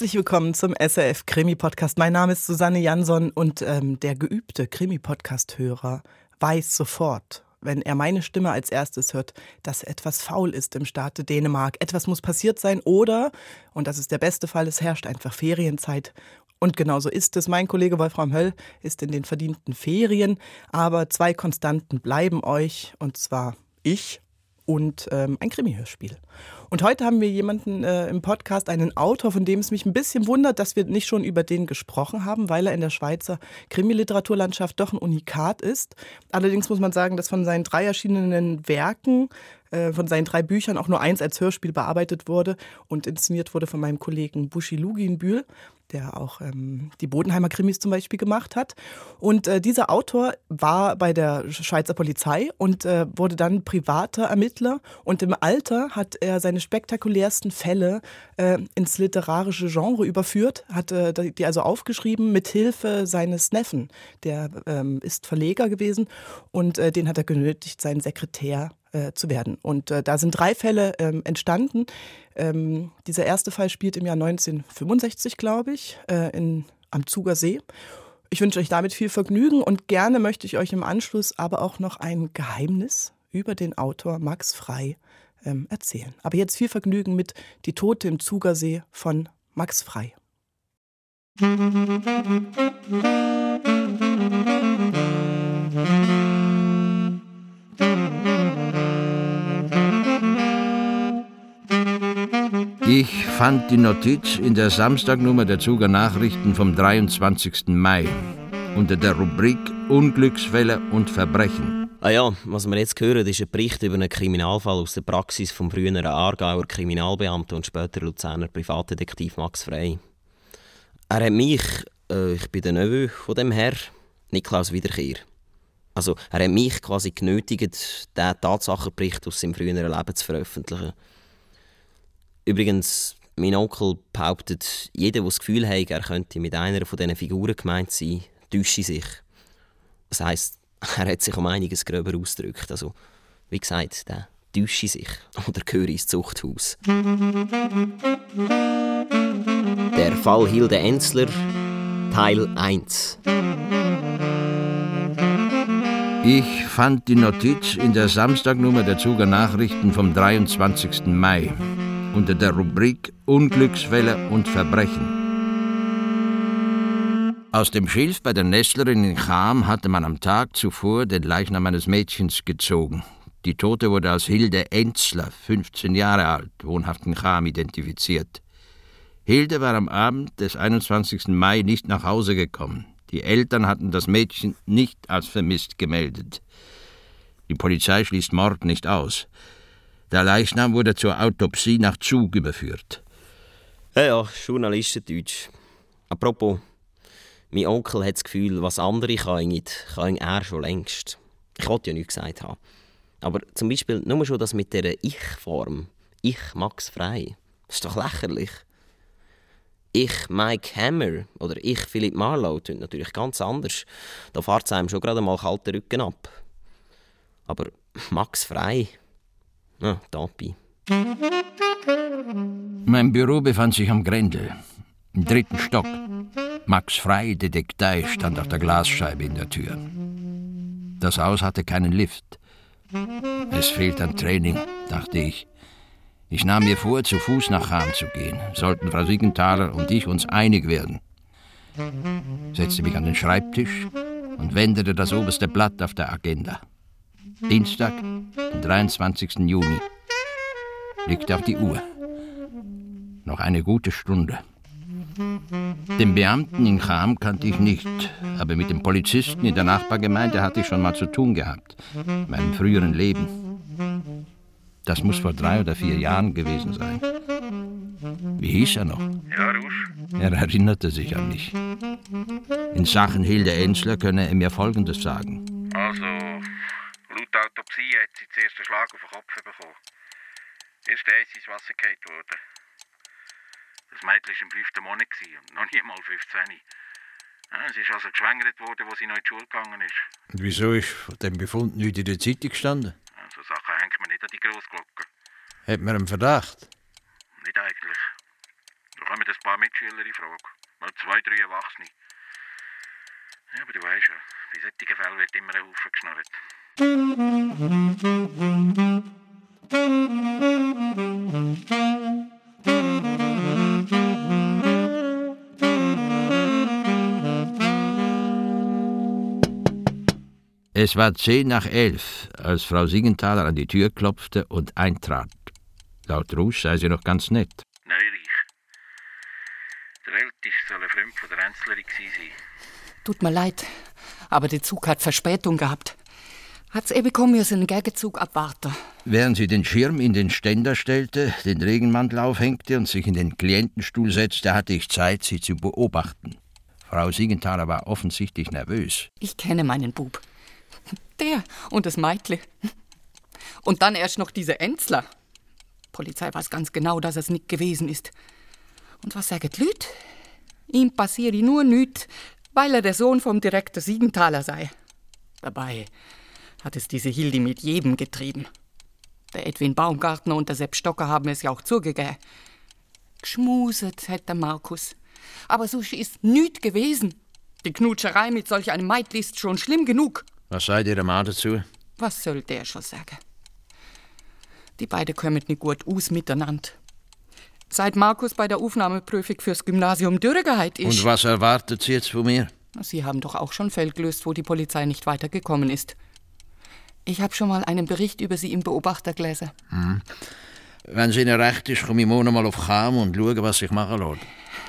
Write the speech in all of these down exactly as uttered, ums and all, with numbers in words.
Herzlich willkommen zum S R F Krimi-Podcast. Mein Name ist Susanne Jansson und ähm, der geübte Krimi-Podcast-Hörer weiß sofort, wenn er meine Stimme als erstes hört, dass etwas faul ist im Staate Dänemark. Etwas muss passiert sein oder, und das ist der beste Fall, es herrscht einfach Ferienzeit. Und genauso ist es. Mein Kollege Wolfram Höll ist in den verdienten Ferien, aber zwei Konstanten bleiben euch, und zwar ich und ähm, ein Krimi-Hörspiel. Und heute haben wir jemanden äh, im Podcast, einen Autor, von dem es mich ein bisschen wundert, dass wir nicht schon über den gesprochen haben, weil er in der Schweizer Krimi-Literaturlandschaft doch ein Unikat ist. Allerdings muss man sagen, dass von seinen drei erschienenen Werken, äh, von seinen drei Büchern auch nur eins als Hörspiel bearbeitet wurde und inszeniert wurde von meinem Kollegen Buschi Luginbühl, der auch ähm, die Bodenheimer Krimis zum Beispiel gemacht hat. Und äh, dieser Autor war bei der Schweizer Polizei und äh, wurde dann privater Ermittler. Und im Alter hat er seine spektakulärsten Fälle äh, ins literarische Genre überführt, hat äh, die also aufgeschrieben mit Hilfe seines Neffen. Der ähm, ist Verleger gewesen und äh, den hat er genötigt, seinen Sekretär äh, zu werden. Und äh, da sind drei Fälle ähm, entstanden. Ähm, dieser erste Fall spielt im Jahr neunzehnhundertfünfundsechzig, glaube ich, äh, in, am Zuger See. Ich wünsche euch damit viel Vergnügen und gerne möchte ich euch im Anschluss aber auch noch ein Geheimnis über den Autor Max Frei ähm, erzählen. Aber jetzt viel Vergnügen mit Die Tote im Zugersee von Max Frei. Ich fand die Notiz in der Samstagnummer der Zuger Nachrichten vom dreiundzwanzigsten Mai unter der Rubrik Unglücksfälle und Verbrechen. Ah ja, was wir jetzt hören, ist ein Bericht über einen Kriminalfall aus der Praxis vom früheren Aargauer Kriminalbeamten und später Luzerner Privatdetektiv Max Frei. Er hat mich, äh, ich bin der Neveu von dem Herr, Niklaus Wiederkehr. Also er hat mich quasi genötigt, diesen Tatsachenbericht aus seinem früheren Leben zu veröffentlichen. Übrigens, mein Onkel behauptet, jeder, der das Gefühl hat, er könnte mit einer von diesen Figuren gemeint sein, täusche sich. Das heisst, er hat sich um einiges gröber ausgedrückt. Also, wie gesagt, der täusche sich oder gehöre ins Zuchthaus. Der Fall Hilde Enzler, Teil eins. Ich fand die Notiz in der Samstagnummer der Zuger Nachrichten vom dreiundzwanzigsten Mai unter der Rubrik Unglücksfälle und Verbrechen. Aus dem Schilf bei der Nestlerin in Cham hatte man am Tag zuvor den Leichnam eines Mädchens gezogen. Die Tote wurde als Hilde Enzler, fünfzehn Jahre alt, wohnhaft in Cham, identifiziert. Hilde war am Abend des einundzwanzigsten Mai nicht nach Hause gekommen. Die Eltern hatten das Mädchen nicht als vermisst gemeldet. Die Polizei schließt Mord nicht aus. Der Leichnam wurde zur Autopsie nach Zug überführt. Ja, ja, Journalistendeutsch. Apropos, mein Onkel hat das Gefühl, was andere können, kann er schon längst. Ich wollte ja nichts gesagt haben. Aber zum Beispiel nur schon das mit dieser Ich-Form. Ich Max Frei. Das ist doch lächerlich. Ich Mike Hammer oder ich Philipp Marlowe tun natürlich ganz anders. Da fährt es einem schon gerade mal kalten Rücken ab. Aber Max Frei? Ah, Tapi. Mein Büro befand sich am Grendel, im dritten Stock. Max Frei, Detektei, stand auf der Glasscheibe in der Tür. Das Haus hatte keinen Lift. Es fehlt an Training, dachte ich. Ich nahm mir vor, zu Fuß nach Cham zu gehen. Sollten Frau Siegenthaler und ich uns einig werden. Setzte mich an den Schreibtisch und wendete das oberste Blatt auf der Agenda. Dienstag, den dreiundzwanzigsten Juni. Blickte auf die Uhr. Noch eine gute Stunde. Den Beamten in Cham kannte ich nicht, aber mit dem Polizisten in der Nachbargemeinde hatte ich schon mal zu tun gehabt, in meinem früheren Leben. Das muss vor drei oder vier Jahren gewesen sein. Wie hieß er noch? Ja, Rusch. Er erinnerte sich an mich. In Sachen Hilde Enzler könne er mir Folgendes sagen. Also, laut Autopsie hat sie zuerst einen Schlag auf den Kopf bekommen. Erst eins ins Wasser gefallen worden. Das Mädchen war im fünften Monat und noch nie mal fünfzehn. Ja, sie ist also geschwängert worden, als sie noch in die Schule gegangen ist. Und wieso ist von dem Befund nichts in der Zeitung gestanden? Ja, so Sachen hängt man nicht an die Grossglocke. Hat man einen Verdacht? Nicht eigentlich. Da kommen ein paar paar Mitschüler in Frage. Mal zwei, drei Erwachsene. Ja, aber du weißt ja, bei solchen Fällen wird immer ein Haufen geschnurrt. Es war zehn nach elf, als Frau Siegenthaler an die Tür klopfte und eintrat. Laut Rouge sei sie noch ganz nett. Neureich. Der Älteste soll ein Freund von der Enzlerin gewesen sein. Tut mir leid, aber der Zug hat Verspätung gehabt. Hat's eben kommen müssen, den Gegenzug abwarten. Während sie den Schirm in den Ständer stellte, den Regenmantel aufhängte und sich in den Klientenstuhl setzte, hatte ich Zeit, sie zu beobachten. Frau Siegenthaler war offensichtlich nervös. Ich kenne meinen Bub. Der und das Meitli. Und dann erst noch diese Enzler. Polizei weiß ganz genau, dass es nicht gewesen ist. Und was sagen die Leute? Ihm passiere nur nichts, weil er der Sohn vom Direktor Siegenthaler sei. Dabei hat es diese Hildi mit jedem getrieben. Der Edwin Baumgartner und der Sepp Stocker haben es ja auch zugegeben. Geschmuset hat der Markus. Aber so ist nichts gewesen. Die Knutscherei mit solch einem Meitli ist schon schlimm genug. Was sagt Ihre Mann dazu? Was soll der schon sagen? Die beiden kommen nicht gut aus miteinander. Seit Markus bei der Aufnahmeprüfung fürs Gymnasium durchgehalten ist. Und was erwartet sie jetzt von mir? Sie haben doch auch schon Fälle gelöst, wo die Polizei nicht weitergekommen ist. Ich habe schon mal einen Bericht über Sie im Beobachter gelesen. Hm. Wenn es Ihnen recht ist, komme ich morgen mal auf Cham und schaue, was sich machen lässt.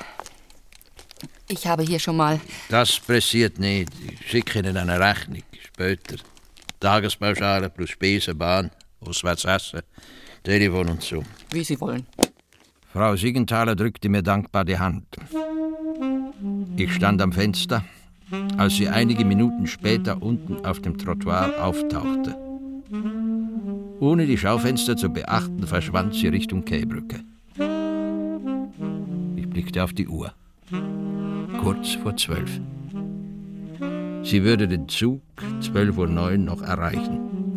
Ich habe hier schon mal... Das pressiert nicht. Ich schicke Ihnen eine Rechnung. Später. Tagespauschale plus Spesen, Bahn, auswärts essen, Telefon und so. Wie Sie wollen. Frau Siegenthaler drückte mir dankbar die Hand. Ich stand am Fenster, als sie einige Minuten später unten auf dem Trottoir auftauchte. Ohne die Schaufenster zu beachten, verschwand sie Richtung Quaibrücke. Ich blickte auf die Uhr. Kurz vor zwölf. Sie würde den Zug zwölf Uhr neun noch erreichen.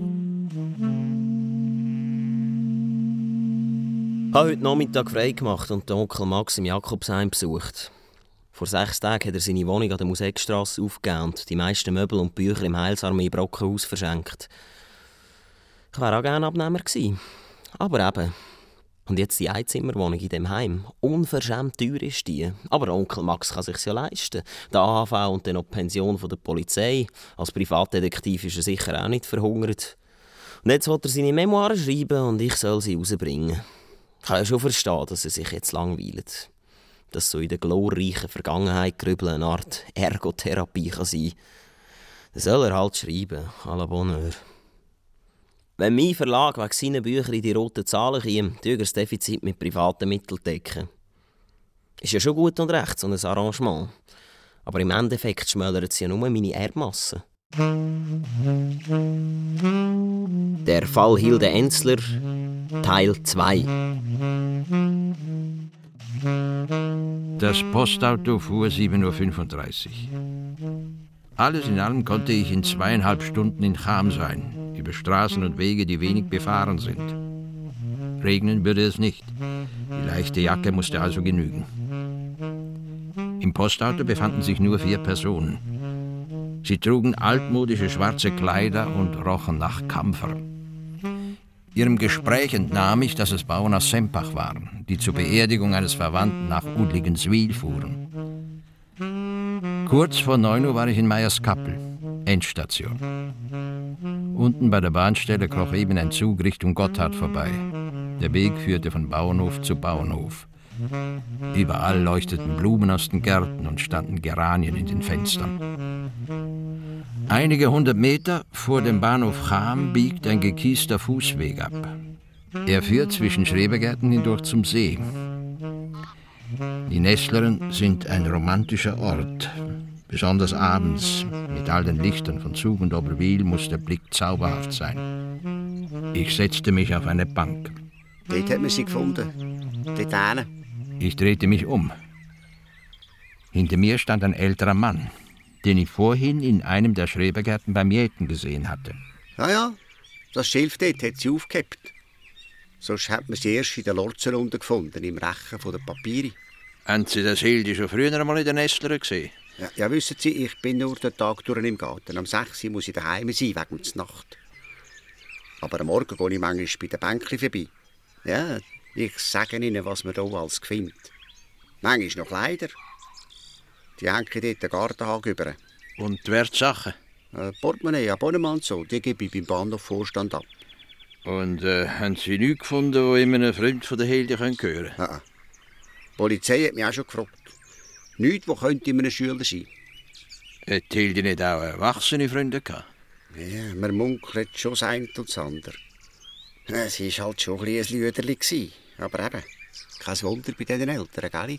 Ich habe heute Nachmittag frei gemacht und den Onkel Max im Jakobsheim besucht. Vor sechs Tagen hat er seine Wohnung an der Musikstrasse aufgegeben und die meisten Möbel und Bücher im Heilsarmee Brockenhaus verschenkt. Ich wäre auch gerne Abnehmer gewesen. Aber eben. Und jetzt die Einzimmerwohnung in dem Heim. Unverschämt teuer ist die. Aber Onkel Max kann sich's ja leisten. Der A H V und dann noch die Pension von der Polizei. Als Privatdetektiv ist er sicher auch nicht verhungert. Und jetzt will er seine Memoiren schreiben und ich soll sie rausbringen. Ich kann ja schon verstehen, dass er sich jetzt langweilt. Dass so in der glorreichen Vergangenheit grübeln eine Art Ergotherapie kann sein. Das soll er halt schreiben, à la bonne heure. Wenn mein Verlag wegen seinen Büchern in die roten Zahlen käme, würde er das Defizit mit privaten Mitteln decken. Ist ja schon gut und recht, so ein Arrangement. Aber im Endeffekt schmälert es ja nur meine Erbmasse. Der Fall Hilde Enzler, Teil zwei. Das Postauto fuhr sieben Uhr fünfunddreißig. Alles in allem konnte ich in zweieinhalb Stunden in Cham sein, über Straßen und Wege, die wenig befahren sind. Regnen würde es nicht. Die leichte Jacke musste also genügen. Im Postauto befanden sich nur vier Personen. Sie trugen altmodische schwarze Kleider und rochen nach Kampfer. Ihrem Gespräch entnahm ich, dass es Bauern aus Sempach waren, die zur Beerdigung eines Verwandten nach Udligenswil fuhren. Kurz vor neun Uhr war ich in Meierskappel, Endstation. Unten bei der Bahnstelle kroch eben ein Zug Richtung Gotthard vorbei. Der Weg führte von Bauernhof zu Bauernhof. Überall leuchteten Blumen aus den Gärten und standen Geranien in den Fenstern. Einige hundert Meter vor dem Bahnhof Cham biegt ein gekiester Fußweg ab. Er führt zwischen Schrebergärten hindurch zum See. Die Nestleren sind ein romantischer Ort. Besonders abends, mit all den Lichtern von Zug und Oberwil, muss der Blick zauberhaft sein. Ich setzte mich auf eine Bank. Dort hat man sie gefunden. Dort hinten. Ich drehte mich um. Hinter mir stand ein älterer Mann, den ich vorhin in einem der Schrebergärten beim Jäten gesehen hatte. Ja, ja, das Schilf dort hat sie aufgehebt. Sonst hat man sie erst in der Lorzerrunde gefunden, im Rechen der Papiere. Haben Sie das Hilde schon früher einmal in den Nestlern gesehen? Ja, ja, wissen Sie, ich bin nur den Tag durch im Garten. Am sechs Uhr muss ich daheim sein, wegen der Nacht. Aber am Morgen gehe ich manchmal bei den Bänkchen vorbei. Ja, ich sage Ihnen, was man hier alles findet. Manchmal noch Kleider. Die hängen dort den Gartenhag über. Und die Wertsachen? Äh, Portemonnaie, Abonnement so, die gebe ich beim Bahnhofvorstand ab. Und äh, haben Sie nichts gefunden, wo immer ein Freund von der Hilde hören können? Ja. Die Polizei hat mich auch schon gefragt. Nichts, was könnte in einem Schüler sein. Hat Hilde nicht auch erwachsene Freunde gehabt? Ja, man munkelt schon das eine und das andere. Ja, sie war halt schon ein bisschen ein Lüderli. Aber eben, kein Wunder bei diesen Eltern, gell?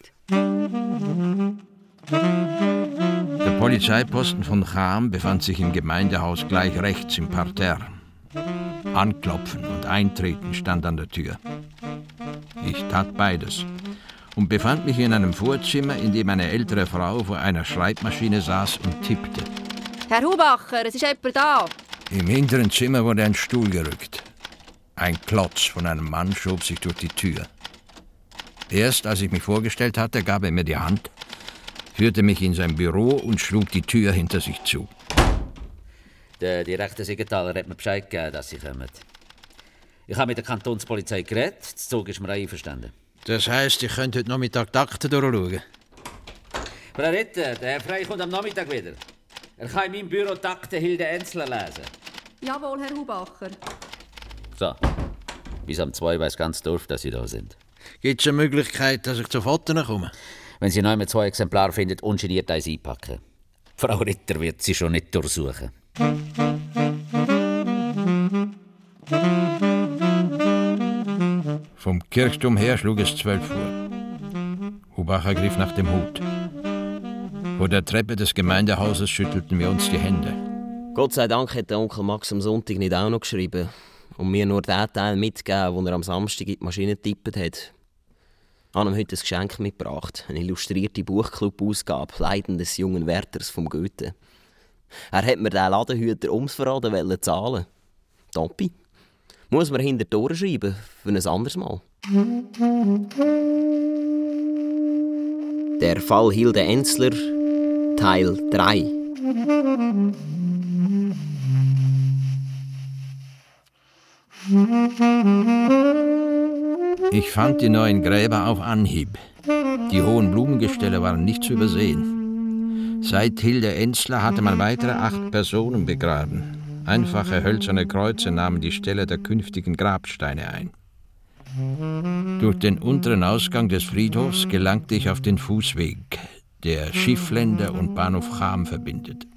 Der Polizeiposten von Cham befand sich im Gemeindehaus gleich rechts im Parterre. Anklopfen und Eintreten stand an der Tür. Ich tat beides und befand mich in einem Vorzimmer, in dem eine ältere Frau vor einer Schreibmaschine saß und tippte. Herr Hubacher, es ist jemand da. Im hinteren Zimmer wurde ein Stuhl gerückt. Ein Klotz von einem Mann schob sich durch die Tür. Erst als ich mich vorgestellt hatte, gab er mir die Hand, führte mich in sein Büro und schlug die Tür hinter sich zu. Der direkte Siegenthaler hat mir Bescheid gegeben, dass sie kommen. Ich habe mit der Kantonspolizei geredet, das Zug ist mir einverstanden. Das heisst, ich könnte heute Nachmittag die Akten durchschauen? Frau Ritter, der Herr Frey kommt am Nachmittag wieder. Er kann in meinem Büro die Akten Hilde Enzler lesen. Jawohl, Herr Hubacher. So, bis am zwei weiss ganz Dorf, dass Sie da sind. Gibt es eine Möglichkeit, dass ich zu Fotos komme? Wenn Sie noch zwei Exemplare finden, ungeniert eins einpacken. Frau Ritter wird Sie schon nicht durchsuchen. Vom Kirchturm her schlug es zwölf Uhr. Hubacher griff nach dem Hut. Vor der Treppe des Gemeindehauses schüttelten wir uns die Hände. Gott sei Dank hat der Onkel Max am Sonntag nicht auch noch geschrieben und mir nur den Teil mitgegeben, den er am Samstag in die Maschine getippt hat. Ich habe ihm heute ein Geschenk mitgebracht, eine illustrierte Buchclub-Ausgabe «Leiden des jungen Wärters» vom Goethe. Er hat mir den Ladenhüter ums Verraten zahlen. Toppi. Muss man hinter die Tore schreiben, für ein anderes Mal. Der Fall Hilde Enzler, Teil drei. Ich fand die neuen Gräber auf Anhieb. Die hohen Blumengestelle waren nicht zu übersehen. Seit Hilde Enzler hatte man weitere acht Personen begraben. Einfache hölzerne Kreuze nahmen die Stelle der künftigen Grabsteine ein. Durch den unteren Ausgang des Friedhofs gelangte ich auf den Fußweg, der Schiffländer und Bahnhof Cham verbindet.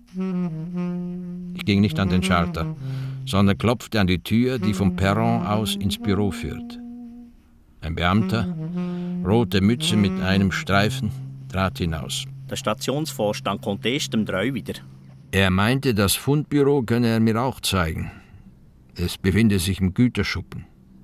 Ich ging nicht an den Schalter, sondern klopfte an die Tür, die vom Perron aus ins Büro führt. Ein Beamter, rote Mütze mit einem Streifen, trat hinaus. Der Stationsvorstand kommt erst um drei wieder. Er meinte, das Fundbüro könne er mir auch zeigen. Es befinde sich im Güterschuppen.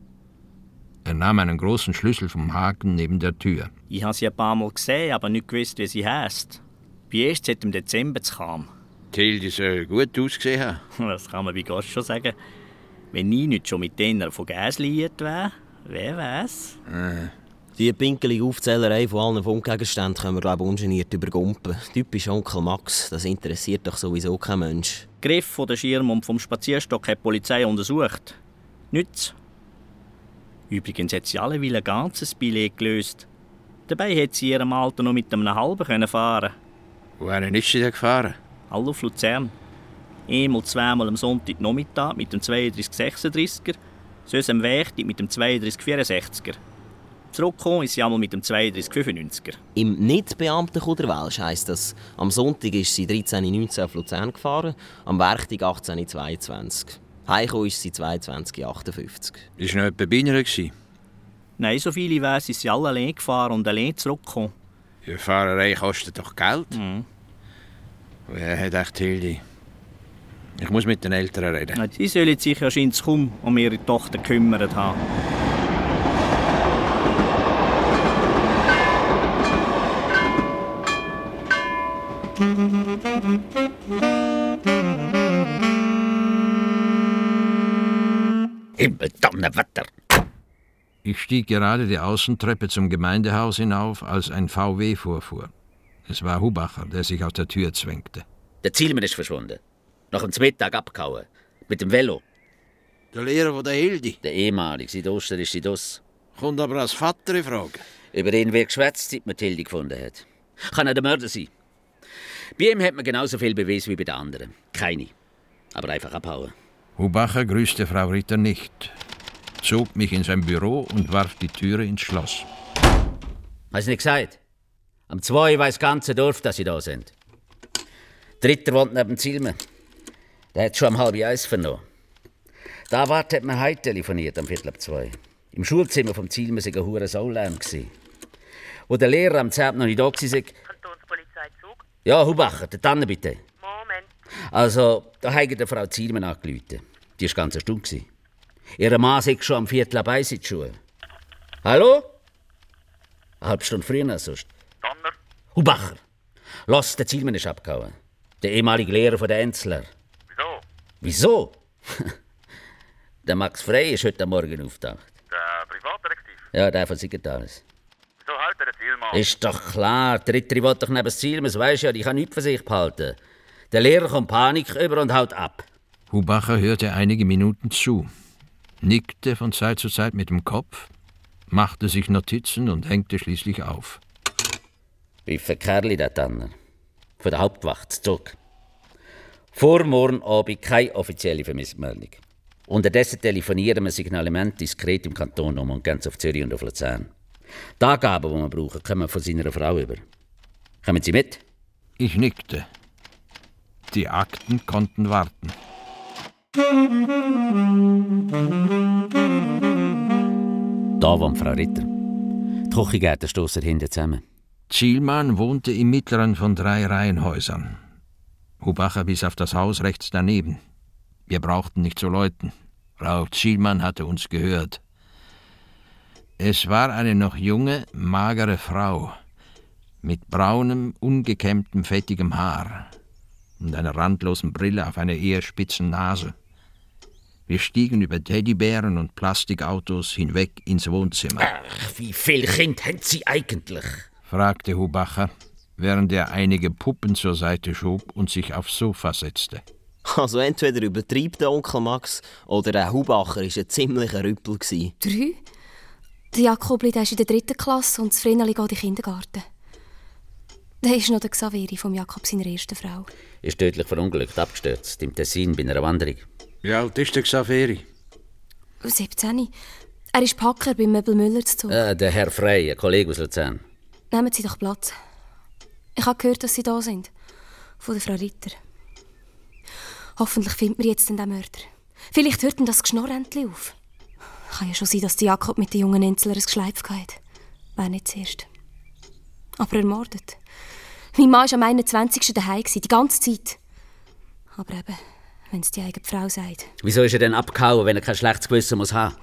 Er nahm einen großen Schlüssel vom Haken neben der Tür. Ich habe sie ein paar Mal gesehen, aber nicht gewusst, wie sie heisst. Wie erst seit dem Dezember zu kam. Die Hilde soll gut ausgesehen haben. Das kann man bei Gott schon sagen. Wenn ich nicht schon mit denen von Gas liiert wäre, wer weiß. Äh. Die pinkelige Aufzählerei von allen Fundgegenständen können wir, glaube ich, ungeniert übergumpen. Typisch Onkel Max, das interessiert doch sowieso kein Mensch. Die Griff von der Schirm und vom Spazierstock hat die Polizei untersucht. Nichts. Übrigens hat sie alle ein ganzes Billett gelöst. Dabei hätte sie in ihrem Alter noch mit einem halben fahren können. Wohin ist sie denn gefahren? Alle auf Luzern. Einmal, zweimal am Sonntagnachmittag mit dem zweiunddreißig sechsunddreißiger, sonst am Werchtag mit dem zweiunddreißig vierundsechziger. Zurückgekommen ist sie einmal mit dem zweiunddreißig fünfundneunziger. Im Nicht-Beamten-Kuder Welsch heisst das, am Sonntag ist sie dreizehn neunzehn auf Luzern gefahren, am Werchtag achtzehn zweiundzwanzig. Heimgekommen ist sie zweiundzwanzig achtundfünfzig. Ist noch jemand bei Ihnen? Nein, so viele weiss, ist sie alle allein gefahren und allein zurückgekommen. Die Fahrerei kostet doch Geld. Mhm. Wer hat echt Hilde? Ich muss mit den Eltern reden. Ja, sie sollen sich ja scheinbar kaum um ihre Tochter gekümmert haben. Im Donnerwetter! Ich stieg gerade die Außentreppe zum Gemeindehaus hinauf, als ein V W vorfuhr. Es war Hubacher, der sich aus der Tür zwängte. Der Zielmann ist verschwunden. Nach dem Mittag abgehauen. Mit dem Velo. Der Lehrer von der Hildi? Der ehemalige. Seit Ostern ist sie das. Kommt aber als Vater in Frage. Über ihn wird geschwätzt, seit man die Hildi gefunden hat. Kann er der Mörder sein? Bei ihm hat man genauso viel Beweis wie bei den anderen. Keine. Aber einfach abhauen. Hubacher grüßte Frau Ritter nicht, zog mich in sein Büro und warf die Türe ins Schloss. Hast du nicht gesagt? Am zwei weiss das ganze Dorf, dass sie da sind. Der Ritter wohnt neben dem Zielmann. Der hat schon um halb eins vernommen. Da wart hat man heute telefoniert, am Viertel ab zwei. Im Schulzimmer vom Zielmann war ein hoher Saulärm. Wo der Lehrer am Zehnt noch nicht da war, Kantonspolizei Zug? Ja, Hubacher, der Tanne bitte. Moment. Also, da hat der Frau Zielmann angerufen. Die war ganz stumm. Ihr Mann sei schon am Viertel ab eins in die Schuhe. Hallo? Eine halbe Stunde früher als sonst. Donner? Hubacher, lass, der Zielmann ist abgehauen. Der ehemalige Lehrer von der Enzler. Wieso? Wieso? Der Max Frey ist heute Morgen auftaucht. Der Privatdetektiv? Ja, der von Siegenthaler. Wieso hält er den Zielmann? Ist doch klar, der Ritter will doch neben das Zielmann, weisst ja, ich kann nichts für sich behalten. Der Lehrer kommt Panik über und haut ab. Hubacher hörte einige Minuten zu, nickte von Zeit zu Zeit mit dem Kopf, machte sich Notizen und hängte schließlich auf. Wie für Kerli, der Tanner. Von der Hauptwacht zurück. Vor morgen Abend keine offizielle Vermissmeldung. Unterdessen telefonieren wir Signalement diskret im Kanton um und gehen auf Zürich und auf Luzern. Die Angaben, die wir brauchen, kommen von seiner Frau über. Kommen Sie mit? Ich nickte. Die Akten konnten warten. Da wohnt Frau Ritter. Die Küchengärten stossen hinten zusammen. Zielmann wohnte im mittleren von drei Reihenhäusern. Hubacher bis auf das Haus rechts daneben. Wir brauchten nicht zu läuten. Frau Zielmann hatte uns gehört. Es war eine noch junge, magere Frau mit braunem, ungekämmtem, fettigem Haar und einer randlosen Brille auf einer eher spitzen Nase. Wir stiegen über Teddybären und Plastikautos hinweg ins Wohnzimmer. Ach, wie viel Kind haben Sie eigentlich? Fragte Hubacher, während er einige Puppen zur Seite schob und sich aufs Sofa setzte. Also entweder übertreibt der Onkel Max oder der Hubacher war ein ziemlicher Rüppel. Drei? Der Jakobli der ist in der dritten Klasse und das Vreneli geht in den Kindergarten. Der ist noch der Xaveri von Jakob, seiner ersten Frau. Ist tödlich verunglückt, abgestürzt, im Tessin bei einer Wanderung. Wie alt ist der Xaveri? siebzehn. Er ist Packer beim Möbel Müller zu Zug. Äh, der Herr Frey, ein Kollege aus Luzern. Nehmen Sie doch Platz. Ich habe gehört, dass Sie da sind. Von der Frau Ritter. Hoffentlich findet man jetzt den Mörder. Vielleicht hört ihm das Geschnorrentli auf. Kann ja schon sein, dass der Jakob mit den jungen Enzler ein Geschleif hatte. Wäre nicht zuerst. Aber ermordet. Mein Mann war am einundzwanzigsten daheim, die ganze Zeit. Aber eben, wenn es die eigene Frau sagt. Wieso ist er denn abgehauen, wenn er kein schlechtes Gewissen muss haben?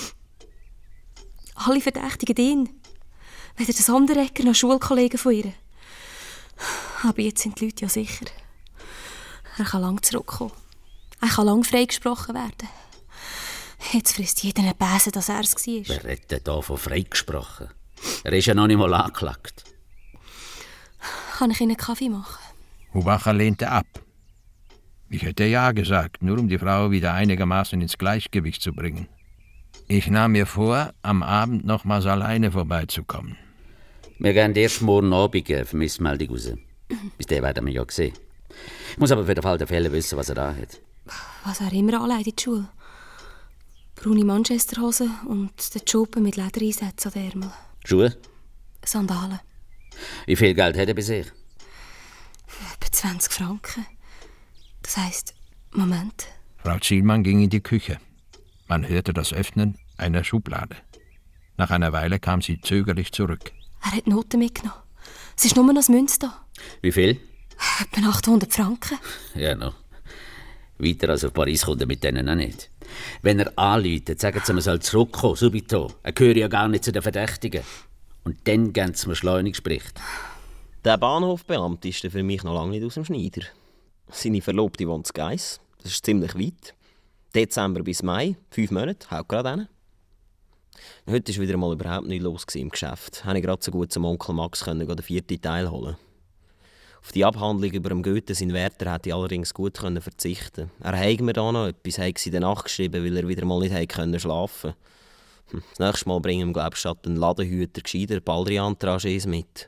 Alle verdächtigen ihn. Weder der Sonderegger noch Schulkollegen von ihr. Aber jetzt sind die Leute ja sicher. Er kann lang zurückkommen. Er kann lang freigesprochen werden. Jetzt frisst jeder einen Besen, dass er es war. Wer hat denn da von freigesprochen? Er ist ja noch nicht mal angeklagt. Kann ich Ihnen einen Kaffee machen? Hubacher lehnte ab. Ich hätte ja gesagt, nur um die Frau wieder einigermaßen ins Gleichgewicht zu bringen. Ich nahm mir vor, am Abend nochmals alleine vorbeizukommen. Wir gehen erst morgen Abend eine Vermissmeldung raus. Bis dahin werden wir ja sehen. Ich muss aber für den Fall der Fälle wissen, was er da hat. Was er immer anlegt in die Schule. Braune Manchesterhosen und der Job mit Ledereinsätzen an den Ärmel. Schuhe? Sandalen. Wie viel Geld hat er bei sich? Etwa zwanzig Franken. Das heisst, Moment. Frau Zielmann ging in die Küche. Man hörte das Öffnen einer Schublade. Nach einer Weile kam sie zögerlich zurück. Er hat Noten mitgenommen. Es ist nur noch das Münz da. Wie viel? Etwa achthundert Franken. Ja, noch. Weiter als auf Paris kommt er mit denen auch nicht. Wenn er anläutet, sagen sie, man soll zurückkommen, subito. Er gehört ja gar nicht zu den Verdächtigen. Und dann gehen sie mir Schleunigspflicht. Der Bahnhofbeamte ist für mich noch lange nicht aus dem Schneider. Seine Verlobte wohnt in Geiss. Das ist ziemlich weit. Dezember bis Mai, fünf Monate, haut gerade hin. Heute war wieder mal überhaupt nichts los im Geschäft. Ich konnte gerade so gut zum Onkel Max den vierten Teil holen. Auf die Abhandlung über den Goethe, seinen Werther, hätte ich allerdings gut verzichten. Er hat mir da noch etwas in der Nacht geschrieben, weil er wieder mal nicht konnte schlafen. Hm. Das nächste Mal bringen wir, glaube ich, statt einen Ladenhüter gescheiter Baldrian-Tragés mit.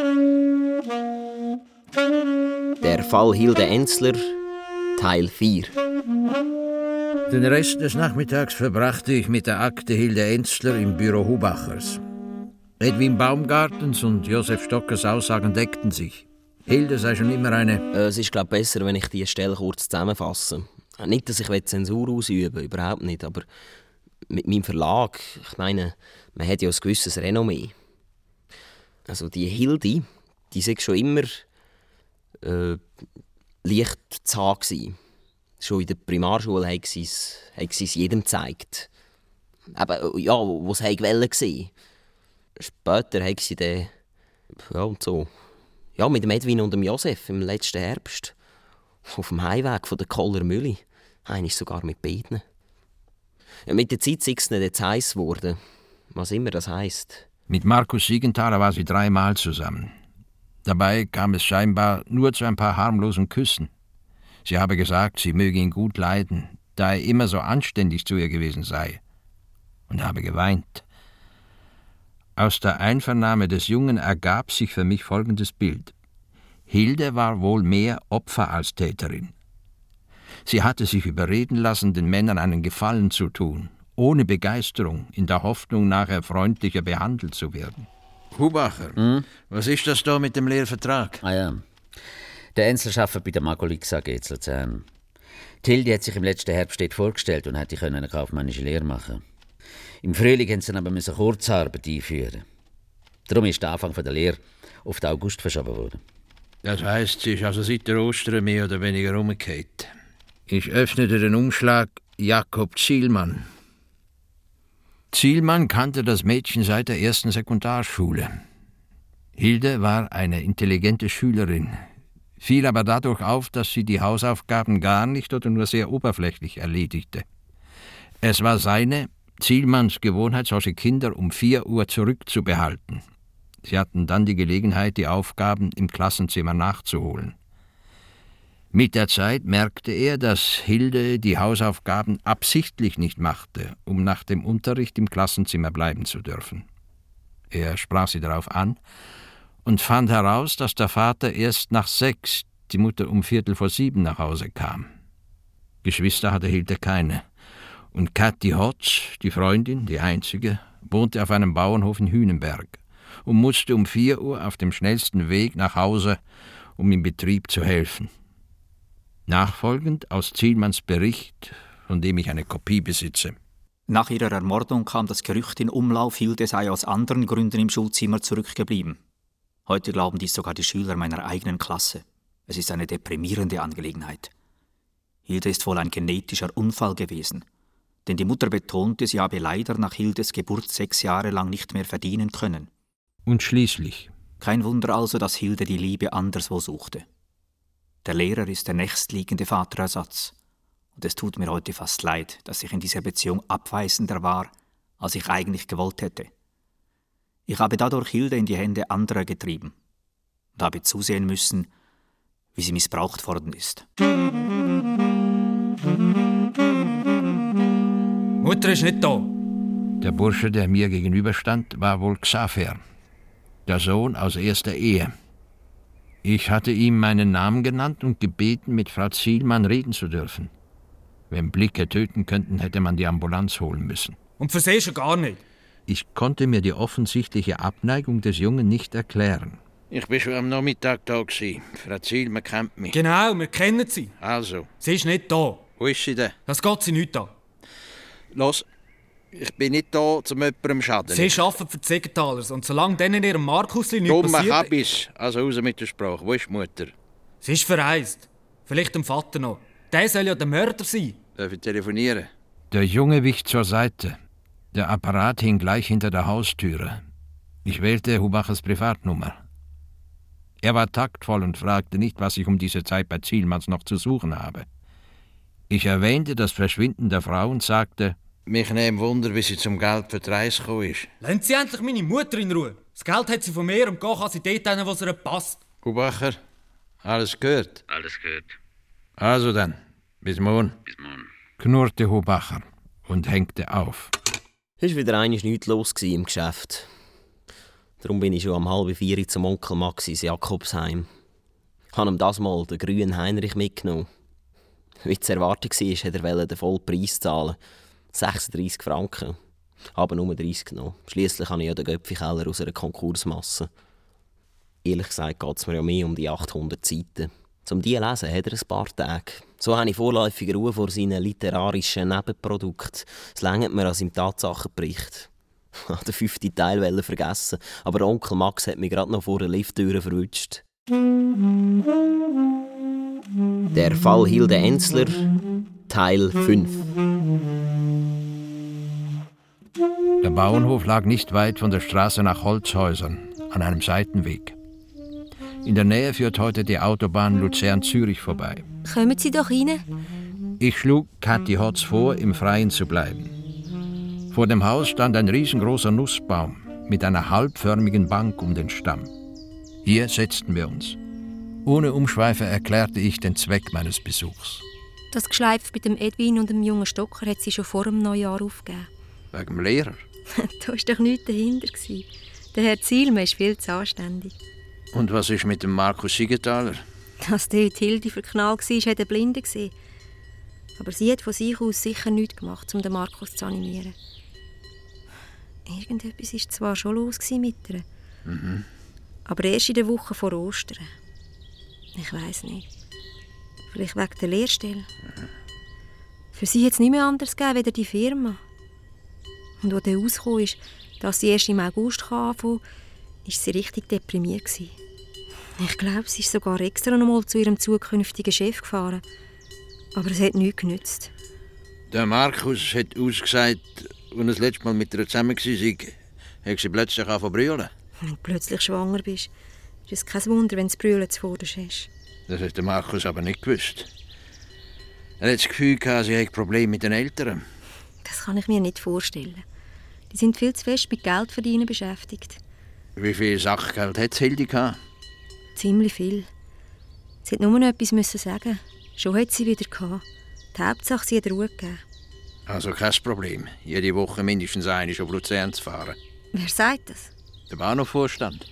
Der Fall Hilde Enzler, Teil vier. Den Rest des Nachmittags verbrachte ich mit der Akte Hilde Enzler im Büro Hubachers. Edwin Baumgartens und Josef Stockers Aussagen deckten sich. Hilde sei schon immer eine... Äh, es ist, glaube ich, besser, wenn ich diese Stelle kurz zusammenfasse. Nicht, dass ich Zensur ausüben will, überhaupt nicht, aber mit meinem Verlag, ich meine, man hat ja ein gewisses Renommee. Also die Hilde, die war schon immer äh, leicht zahn gewesen. Schon in der Primarschule haben sie es, haben sie es jedem gezeigt. Aber ja, was sie wollen. Später haben sie dann, ja und so, ja, mit dem Edwin und dem Josef im letzten Herbst. Auf dem Heimweg von der Koller Mühle. Eigentlich sogar mit beiden. Ja, mit der Zeit sei es nicht heiß geworden. Was immer das heisst. Mit Markus Siegenthaler war sie dreimal zusammen. Dabei kam es scheinbar nur zu ein paar harmlosen Küssen. Sie habe gesagt, sie möge ihn gut leiden, da er immer so anständig zu ihr gewesen sei. Und habe geweint. Aus der Einvernahme des Jungen ergab sich für mich folgendes Bild. Hilde war wohl mehr Opfer als Täterin. Sie hatte sich überreden lassen, den Männern einen Gefallen zu tun, ohne Begeisterung, in der Hoffnung, nachher freundlicher behandelt zu werden. Hubacher, hm? Was ist das da mit dem Lehrvertrag? Ah ja, der Enzler arbeitet bei der Magolix A G zu Luzern. Hilde hat sich im letzten Herbst dort vorgestellt und hätte eine kaufmännische Lehre machen. Im Frühling mussten sie aber eine Kurzarbeit einführen. Darum ist der Anfang der Lehre auf den August verschoben worden. Das heisst, sie ist also seit der Ostern mehr oder weniger umgekehrt. Ich öffnete den Umschlag Jakob Zielmann. Zielmann kannte das Mädchen seit der ersten Sekundarschule. Hilde war eine intelligente Schülerin, fiel aber dadurch auf, dass sie die Hausaufgaben gar nicht oder nur sehr oberflächlich erledigte. Es war seine, Zielmanns Gewohnheit, solche Kinder um vier Uhr zurückzubehalten. Sie hatten dann die Gelegenheit, die Aufgaben im Klassenzimmer nachzuholen. Mit der Zeit merkte er, dass Hilde die Hausaufgaben absichtlich nicht machte, um nach dem Unterricht im Klassenzimmer bleiben zu dürfen. Er sprach sie darauf an und fand heraus, dass der Vater erst nach sechs, die Mutter um Viertel vor sieben nach Hause kam. Geschwister hatte Hilde keine. Und Kathi Hotz, die Freundin, die einzige, wohnte auf einem Bauernhof in Hünenberg und musste um vier Uhr auf dem schnellsten Weg nach Hause, um im Betrieb zu helfen. Nachfolgend aus Zielmanns Bericht, von dem ich eine Kopie besitze. Nach ihrer Ermordung kam das Gerücht in Umlauf, Hilde sei aus anderen Gründen im Schulzimmer zurückgeblieben. Heute glauben dies sogar die Schüler meiner eigenen Klasse. Es ist eine deprimierende Angelegenheit. Hilde ist wohl ein genetischer Unfall gewesen. Denn die Mutter betonte, sie habe leider nach Hildes Geburt sechs Jahre lang nicht mehr verdienen können. Und schließlich? Kein Wunder also, dass Hilde die Liebe anderswo suchte. Der Lehrer ist der nächstliegende Vaterersatz. Und es tut mir heute fast leid, dass ich in dieser Beziehung abweisender war, als ich eigentlich gewollt hätte. Ich habe dadurch Hilde in die Hände anderer getrieben und habe zusehen müssen, wie sie missbraucht worden ist. Mutter ist nicht da. Der Bursche, der mir gegenüberstand, war wohl Xaver, der Sohn aus erster Ehe. Ich hatte ihm meinen Namen genannt und gebeten, mit Frau Zielmann reden zu dürfen. Wenn Blicke töten könnten, hätte man die Ambulanz holen müssen. Und versehst du gar nicht? Ich konnte mir die offensichtliche Abneigung des Jungen nicht erklären. Ich war schon am Nachmittag da gewesen. Frau Zielmann kennt mich. Genau, wir kennen sie. Also? Sie ist nicht da. Wo ist sie denn? Das geht sie nicht an. Los, ich bin nicht da, um jemandem zu schaden. Sie arbeitet für die Segentalers und solange denen in ihrem Markusli nichts passiert... Dummer Kabis, also raus mit der Sprache. Wo ist die Mutter? Sie ist verreist. Vielleicht dem Vater noch. Der soll ja der Mörder sein. Darf ich telefonieren? Der Junge wich zur Seite. Der Apparat hing gleich hinter der Haustüre. Ich wählte Hubachers Privatnummer. Er war taktvoll und fragte nicht, was ich um diese Zeit bei Zielmanns noch zu suchen habe. Ich erwähnte das Verschwinden der Frau und sagte, Mich nimmt Wunder, wie sie zum Geld für die Reise gekommen ist. Lassen Sie endlich meine Mutter in Ruhe. Das Geld hat sie von mir und gehen kann sie dort hin, wo es ihr passt. Hubacher, alles gehört? Alles gehört. Also dann, bis morgen. Bis morgen. Knurrte Hubacher und hängte auf. Es war wieder einmal nichts los im Geschäft. Darum bin ich schon um halb vier zum Onkel Max ins Jakobsheim. Ich habe ihm das Mal den grünen Heinrich mitgenommen. Wie zu erwarten war, wollte er den vollen Preis zahlen. sechsunddreissig Franken. Aber nur dreißig genommen. Schliesslich habe ich ja den Göpfi-Keller aus einer Konkursmasse. Ehrlich gesagt geht es mir ja mehr um die achthundert Seiten. Zum die lesen hat er ein paar Tage. So habe ich vorläufig Ruhe vor seinen literarischen Nebenprodukten. Es reicht mir an seinem Tatsachenbericht. Ich wollte den fünften Teil vergessen, aber Onkel Max hat mich gerade noch vor der Lifttür verwünscht. Der Fall Hilde Enzler, Teil fünf. Der Bauernhof lag nicht weit von der Straße nach Holzhäusern, an einem Seitenweg. In der Nähe führt heute die Autobahn Luzern-Zürich vorbei. Kommen Sie doch rein. Ich schlug Kathi Hotz vor, im Freien zu bleiben. Vor dem Haus stand ein riesengroßer Nussbaum mit einer halbförmigen Bank um den Stamm. Hier setzten wir uns. Ohne Umschweife erklärte ich den Zweck meines Besuchs. Das Geschleif mit dem Edwin und dem jungen Stocker hat sie schon vor dem Neujahr aufgegeben. Wegen dem Lehrer? Da war doch nichts dahinter. Der Herr Zielme ist viel zu anständig. Und was ist mit dem Markus Siegenthaler? Dass dort Hilde verknallt war, hat er Blinde gesehen. Aber sie hat von sich aus sicher nichts gemacht, um den Markus zu animieren. Irgendetwas war zwar schon los mit ihr. Mhm. Aber erst in der Woche vor Ostern. Ich weiss nicht. Vielleicht wegen der Lehrstelle. Mhm. Für sie hat es nicht mehr anders gegeben, weder die Firma. Und als dann rausgekommen ist, dass sie erst im August anfangen kann, war sie richtig deprimiert. Ich glaube, sie ist sogar extra noch mal zu ihrem zukünftigen Chef gefahren. Aber es hat nichts genützt. Der Markus hat ausgesagt, als er das letzte Mal mit ihr zusammen war, hat sie plötzlich angefangen zu brüllen. Wenn du plötzlich schwanger bist, ist es kein Wunder, wenn du das Brüllen zuvorderst hast. Das hat der Markus aber nicht gewusst. Er hat das Gefühl gehabt, sie hat Probleme mit den Eltern. Das kann ich mir nicht vorstellen. Die sind viel zu fest mit Geldverdienen beschäftigt. Wie viel Sachgeld hat Hilde gehabt? Ziemlich viel. Sie hätte nur noch etwas müssen sagen. Schon hat sie wieder gehabt. Die Hauptsache, sie hat Ruhe gegeben. Also kein Problem, jede Woche mindestens einmal auf Luzern zu fahren. Wer sagt das? Der Bahnhofvorstand.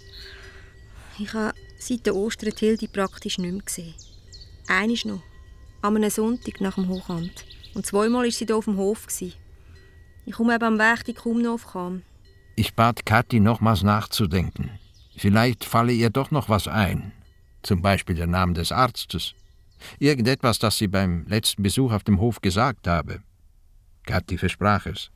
Ich habe seit der Ostern Hilde praktisch nicht mehr gesehen. Einmal noch. An einem Sonntag nach dem Hochamt. Und zweimal war sie hier auf dem Hof. Ich komme eben am Weg kaum noch aufkam. Ich bat Kathi, nochmals nachzudenken. Vielleicht falle ihr doch noch was ein. Zum Beispiel der Name des Arztes. Irgendetwas, das sie beim letzten Besuch auf dem Hof gesagt habe. Kathi versprach es.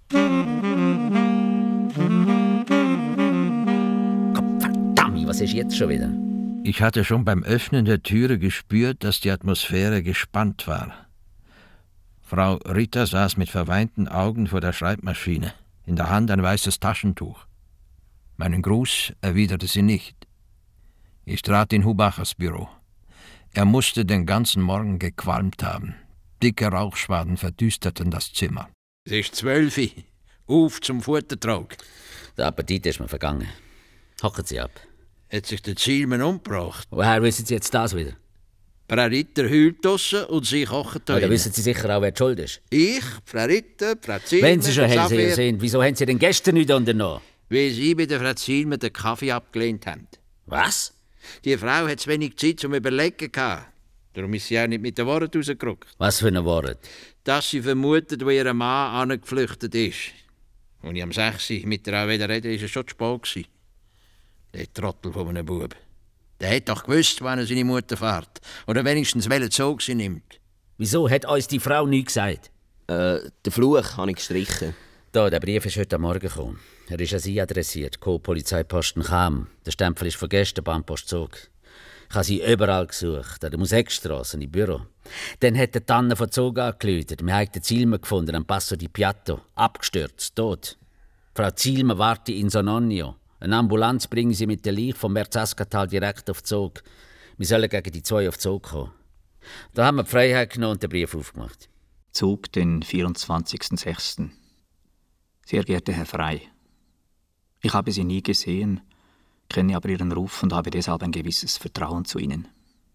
Verdammt, was ist jetzt schon wieder? Ich hatte schon beim Öffnen der Türe gespürt, dass die Atmosphäre gespannt war. Frau Ritter saß mit verweinten Augen vor der Schreibmaschine, in der Hand ein weißes Taschentuch. Meinen Gruß erwiderte sie nicht. Ich trat in Hubachers Büro. Er musste den ganzen Morgen gequalmt haben. Dicke Rauchschwaden verdüsterten das Zimmer. Es ist zwölf. Auf zum Futtertrag. Der Appetit ist mir vergangen. Hocken Sie ab. Hat sich der Zielmann umgebracht? Woher wissen Sie jetzt das wieder? Frau Ritter heult draussen und Sie kochen da. Dann wissen Sie sicher auch, wer die schuld ist. Ich, Frau Ritter, Frau Zielmann... Wenn Sie schon Hellseher sind, wieso haben Sie denn gestern nicht unternommen? Weil Sie bei der Frau Zielmann den Kaffee abgelehnt haben. Was? Die Frau hat zu wenig Zeit zum Überlegen gehabt. Darum ist sie auch nicht mit den Worten rausgerückt. Was für ein Wort? Dass sie vermutet, wo ihr Mann angeflüchtet ist. Als ich am sechs Uhr mit ihr auch wieder reden, war es schon zu spät gewesen. Der Trottel von einem Bub. Der hat doch gewusst, wann er seine Mutter fährt. Oder wenigstens welchen Zug sie nimmt. Wieso hat uns die Frau nichts gesagt? Äh, den Fluch habe ich gestrichen. Da, der Brief ist heute Morgen gekommen. Er ist an Sie adressiert. Co-Polizeiposten Cham. Der Stempel ist von gestern, Bahnpostzug. Ich habe sie überall gesucht. An der Musikstrasse, im Büro. Dann hat der Tanne von Zug angeläutet. Wir haben den Zielmann gefunden, am Passo di Piatto. Abgestürzt, tot. Frau Zielmann wartet in Sononio. Eine Ambulanz bringen sie mit der Leiche vom Merzaskatal direkt auf den Zug. Wir sollen gegen die zwei auf den Zug kommen. Da haben wir die Freiheit genommen und den Brief aufgemacht. Zug, den vierundzwanzigsten sechsten Sehr geehrter Herr Frey, ich habe Sie nie gesehen, kenne aber Ihren Ruf und habe deshalb ein gewisses Vertrauen zu Ihnen.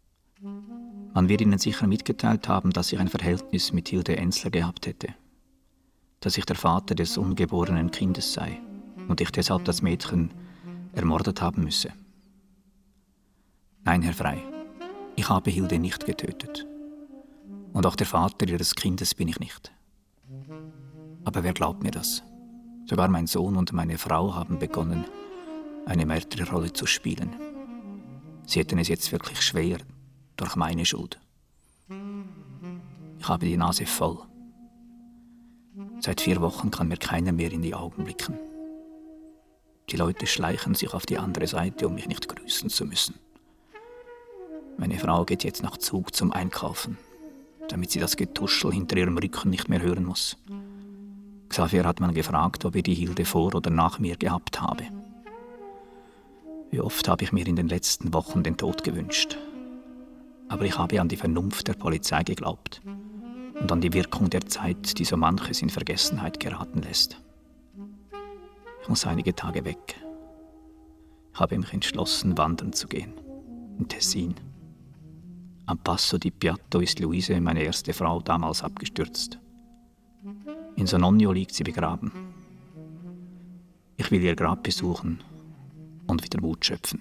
Man wird Ihnen sicher mitgeteilt haben, dass ich ein Verhältnis mit Hilde Enzler gehabt hätte, dass ich der Vater des ungeborenen Kindes sei und ich deshalb das Mädchen ermordet haben müsse. Nein, Herr Frey, ich habe Hilde nicht getötet. Und auch der Vater ihres Kindes bin ich nicht. Aber wer glaubt mir das? Sogar mein Sohn und meine Frau haben begonnen, eine Märtyrerrolle zu spielen. Sie hätten es jetzt wirklich schwer, durch meine Schuld. Ich habe die Nase voll. Seit vier Wochen kann mir keiner mehr in die Augen blicken. Die Leute schleichen sich auf die andere Seite, um mich nicht grüßen zu müssen. Meine Frau geht jetzt nach Zug zum Einkaufen, damit sie das Getuschel hinter ihrem Rücken nicht mehr hören muss. Xavier hat man gefragt, ob ich die Hilde vor oder nach mir gehabt habe. Wie oft habe ich mir in den letzten Wochen den Tod gewünscht. Aber ich habe an die Vernunft der Polizei geglaubt und an die Wirkung der Zeit, die so manches in Vergessenheit geraten lässt. Ich muss einige Tage weg. Ich habe mich entschlossen, wandern zu gehen. In Tessin. Am Passo di Piatto ist Luise, meine erste Frau, damals abgestürzt. In Sononio liegt sie begraben. Ich will ihr Grab besuchen und wieder Mut schöpfen.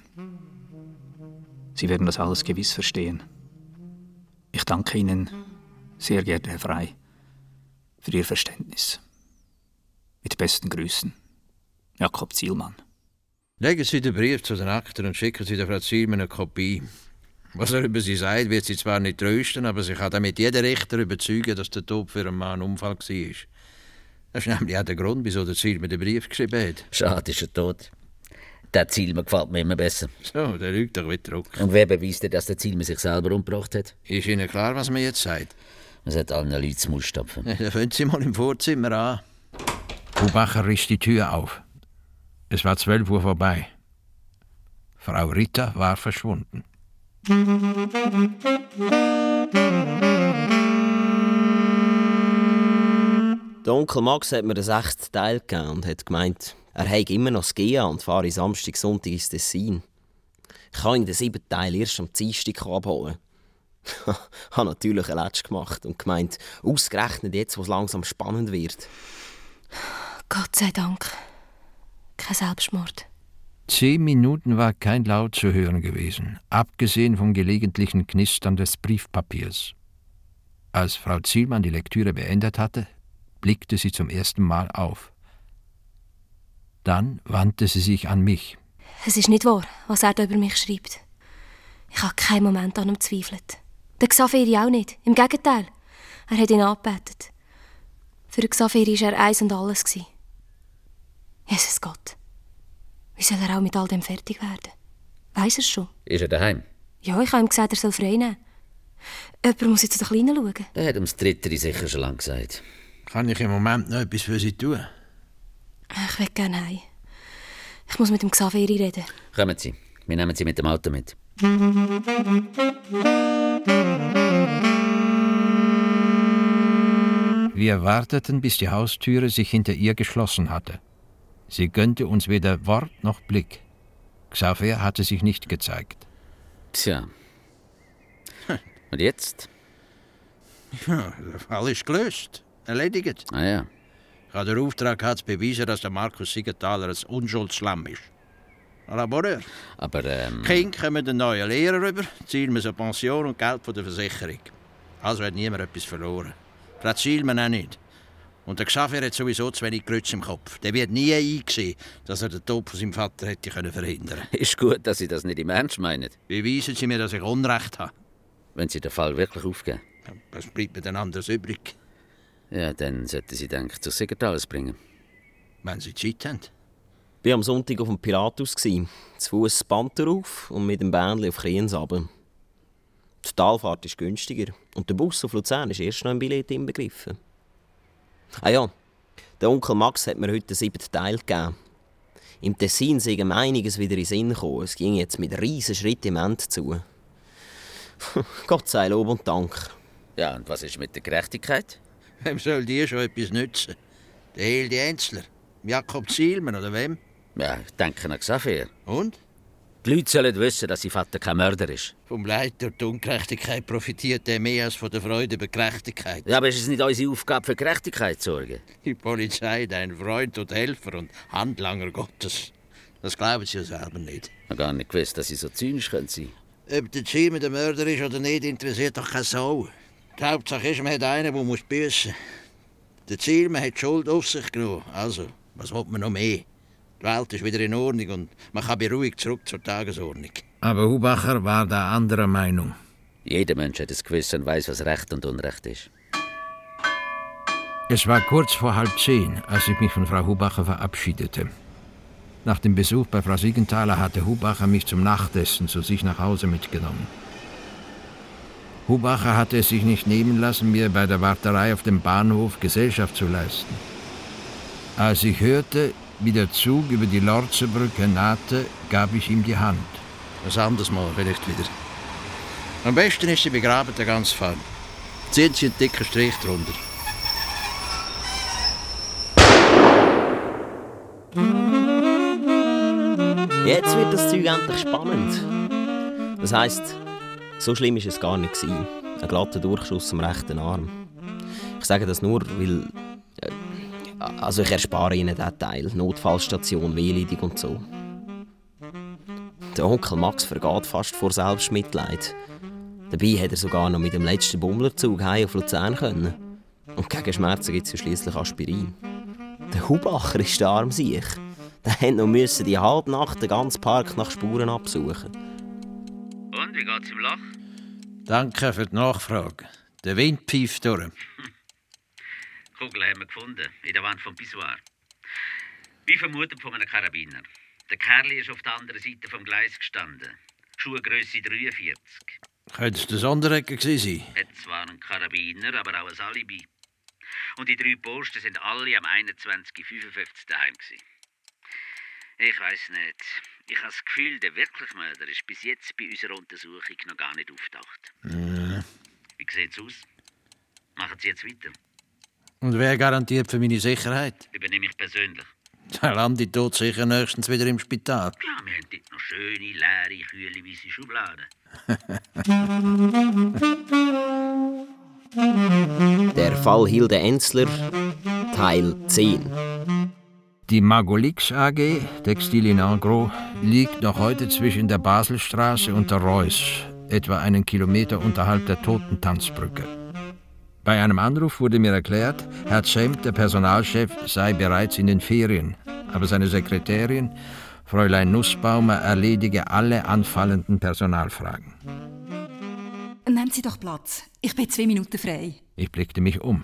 Sie werden das alles gewiss verstehen. Ich danke Ihnen, sehr geehrter Herr Frey, für Ihr Verständnis. Mit besten Grüßen, Jakob Zielmann. Legen Sie den Brief zu den Akten und schicken Sie der Frau Zielmann eine Kopie. Was er über sie sagt, wird sie zwar nicht trösten, aber sie kann damit jeden Richter überzeugen, dass der Tod für einen Mann ein Unfall war. Das ist nämlich auch der Grund, wieso der Zielmann den Brief geschrieben hat. Schade ist er tot. Der Zielmann gefällt mir immer besser. So, der lügt doch wieder zurück. Und wer beweist denn, dass der Zielmann sich selber umgebracht hat? Ist Ihnen klar, was man jetzt sagt? Man sollte allen Leuten den Mund stopfen. Ja, dann fangen Sie mal im Vorzimmer an. Hubacher riss die Tür auf. Es war zwölf Uhr vorbei. Frau Ritter war verschwunden. Der Onkel Max hat mir den sechsten Teil gegeben und hat gemeint, er habe immer noch das G A und fahre Samstag, Sonntag ins Tessin. Ich kann ihn den siebten Teil erst am Dienstag abholen. Ich habe natürlich einen Letsch gemacht und gemeint, ausgerechnet jetzt, wo es langsam spannend wird. Gott sei Dank. Kein Selbstmord. Zehn Minuten war kein Laut zu hören gewesen, abgesehen vom gelegentlichen Knistern des Briefpapiers. Als Frau Zielmann die Lektüre beendet hatte, blickte sie zum ersten Mal auf. Dann wandte sie sich an mich. Es ist nicht wahr, was er da über mich schreibt. Ich habe keinen Moment an ihm gezweifelt. Der Xavier auch nicht. Im Gegenteil. Er hat ihn angebetet. Für den Xavier war er eins und alles. Jesus Gott. Wie soll er auch mit all dem fertig werden? Weiss er schon? Ist er daheim? Ja, ich habe ihm gesagt, er soll frei nehmen. Jemand muss jetzt zu den Kleinen schauen. Der hat ihm das Dritte sicher schon lange gesagt. Kann ich im Moment noch etwas für Sie tun? Ich will gerne heim. Ich muss mit dem Xavier reden. Kommen Sie. Wir nehmen Sie mit dem Auto mit. Wir warteten, bis die Haustüre sich hinter ihr geschlossen hatte. Sie gönnte uns weder Wort noch Blick. Xavier hatte sich nicht gezeigt. Tja. Und jetzt? Ja, der Fall ist gelöst. Erledigt. Ah ja. Ich habe den Auftrag gehabt, zu beweisen, dass der Markus Siegenthaler ein Unschuldslamm ist. À la bonheur. Aber, ähm... Kind kommen einen neuen Lehrer rüber, ziehen wir so Pension und Geld von der Versicherung. Also hat niemand etwas verloren. Frau Zielmann auch nicht. Und der Xavier hat sowieso zu wenig Grütze im Kopf. Der wird nie eingesehen, dass er den Tod von seinem Vater hätte verhindern können. Ist gut, dass Sie das nicht im Ernst meinen. Beweisen Sie mir, dass ich Unrecht habe. Wenn Sie den Fall wirklich aufgeben. Was bleibt mir denn anders übrig? Ja, dann sollten Sie, denke ich, zu Siegenthalers bringen. Wenn Sie Zeit haben. Ich war am Sonntag auf dem Pilatus, zu Fuß das Band auf und mit dem Bändchen auf Kriens runter. Die Talfahrt ist günstiger und der Bus auf Luzern ist erst noch ein Billett inbegriffen. Ah ja, der Onkel Max hat mir heute den siebten Teil gegeben. Im Tessin sei ihm einiges wieder in den Sinn gekommen. Es ging jetzt mit riesen Schritten im Ende zu. Gott sei Lob und Dank. Ja, und was ist mit der Gerechtigkeit? Wem soll die schon etwas nützen? Der Hilde Enzler? Jakob Zielmann oder wem? Ja, ich denke an Xavier. Und? Die Leute sollen wissen, dass ihr Vater kein Mörder ist. Vom Leid durch die Ungerechtigkeit profitiert er mehr als von der Freude über Gerechtigkeit. Ja, aber ist es nicht unsere Aufgabe, für Gerechtigkeit zu sorgen? Die Polizei ist ein Freund und Helfer und Handlanger Gottes. Das glauben sie ja selber nicht. Ich habe gar nicht gewusst, dass sie so zynisch sein können. Ob der Zielmann der Mörder ist oder nicht, interessiert doch keine Sau. Die Hauptsache ist, man hat einen, der muss büssen. Der Zielmann hat die Schuld auf sich genommen. Also, was will man noch mehr? Die Welt ist wieder in Ordnung und man kann beruhigt zurück zur Tagesordnung. Aber Hubacher war da anderer Meinung. Jeder Mensch hat es Gewissen und weiss, was Recht und Unrecht ist. Es war kurz vor halb zehn, als ich mich von Frau Hubacher verabschiedete. Nach dem Besuch bei Frau Siegenthaler hatte Hubacher mich zum Nachtessen zu sich nach Hause mitgenommen. Hubacher hatte es sich nicht nehmen lassen, mir bei der Warterei auf dem Bahnhof Gesellschaft zu leisten. Als ich hörte, wie der Zug über die Lorzebrücke nahte, gab ich ihm die Hand. Ein anderes Mal vielleicht wieder. Am besten ist sie begraben, der ganze Fall. Ziehen Sie einen dicken Strich drunter. Jetzt wird das Zeug endlich spannend. Das heisst, so schlimm war es gar nicht. Ein glatter Durchschuss am rechten Arm. Ich sage das nur, weil... Äh, also ich erspare Ihnen diesen Teil. Notfallstation, Wehleidig und so. Der Onkel Max vergeht fast vor Selbstmitleid. Dabei hätte er sogar noch mit dem letzten Bummlerzug heim auf Luzern können. Und gegen Schmerzen gibt es ja schliesslich Aspirin. Der Hubacher ist der Armsiech. Der musste noch die halbe Nacht den ganzen Park nach Spuren absuchen. Und, wie geht's im Loch? Danke für die Nachfrage. Der Wind pfeift durch. Kugel haben wir gefunden, in der Wand vom Pissoir. Wie vermutet von einem Karabiner. Der Kerl ist auf der anderen Seite vom Gleis gestanden. Schuhgrösse dreiundvierzig. Könnte es der Sonderegger gewesen sein? Hat zwar einen Karabiner, aber auch ein Alibi. Und die drei Posten sind alle am einundzwanzig fünfundfünfzig daheim gewesen. Ich weiss nicht. Ich habe das Gefühl, der wirkliche Mörder ist bis jetzt bei unserer Untersuchung noch gar nicht auftaucht. Ja. Wie sieht's aus? Machen Sie jetzt weiter? Und wer garantiert für meine Sicherheit? Übernehme ich persönlich. Der landet dort sicher nächstens wieder im Spital. Ja, wir haben dort noch schöne, leere, kühle, weisse Schubladen. Der Fall Hilde Enzler, Teil zehn. Die Magolix A G, Textil in Agro, liegt noch heute zwischen der Baselstraße und der Reuss, etwa einen Kilometer unterhalb der Totentanzbrücke. Bei einem Anruf wurde mir erklärt, Herr Zemp, der Personalchef, sei bereits in den Ferien, aber seine Sekretärin, Fräulein Nussbaumer, erledige alle anfallenden Personalfragen. Nehmen Sie doch Platz. Ich bin zwei Minuten frei. Ich blickte mich um.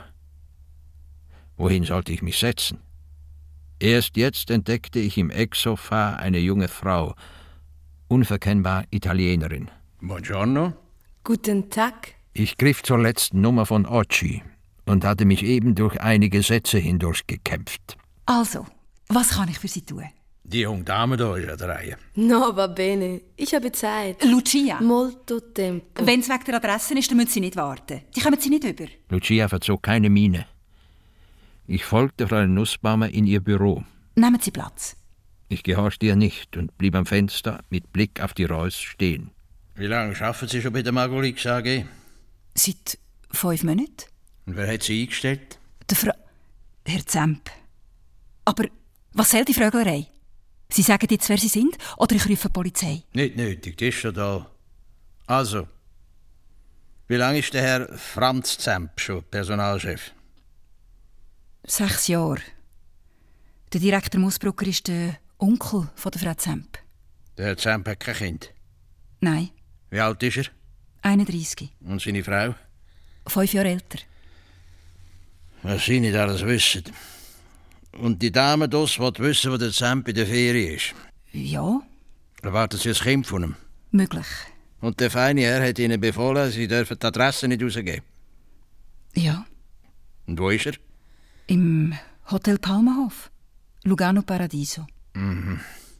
Wohin sollte ich mich setzen? Erst jetzt entdeckte ich im Ecksofa eine junge Frau, unverkennbar Italienerin. Buongiorno. Guten Tag. Ich griff zur letzten Nummer von Occi und hatte mich eben durch einige Sätze hindurch gekämpft. Also, was kann ich für Sie tun? Die junge Dame da ist an der Reihe. No, va bene. Ich habe Zeit. Lucia. Molto tempo. Wenn es wegen der Adresse ist, dann müssen Sie nicht warten. Die kommen Sie nicht über. Lucia verzog keine Miene. Ich folgte Frau Nussbaumer in ihr Büro. Nehmen Sie Platz. Ich gehorchte ihr nicht und blieb am Fenster mit Blick auf die Reuss stehen. Wie lange arbeiten Sie schon bei der Magolix A G? Seit fünf Monaten. Und wer hat Sie eingestellt? Der Fra... Herr Zemp. Aber was soll die Fröglerei? Sie sagen jetzt, wer Sie sind, oder ich rufe die Polizei? Nicht nötig, die ist schon da. Also, wie lange ist der Herr Franz Zemp schon Personalchef? Sechs Jahre. Der Direktor Musbrucker ist der Onkel von der Frau Zemp. Der Herr Zemp hat kein Kind? Nein. Wie alt ist er? einunddreißig. Und seine Frau? Fünf Jahre älter. Was Sie nicht alles wissen. Und die Dame das will wissen, wo der Zemp in der Ferien ist? Ja. Erwarten Sie ein Kind von ihm? Möglich. Und der feine Herr hat Ihnen befohlen, Sie dürfen die Adresse nicht rausgeben? Ja. Und wo ist er? Im Hotel Palmenhof. Lugano Paradiso. Mhm.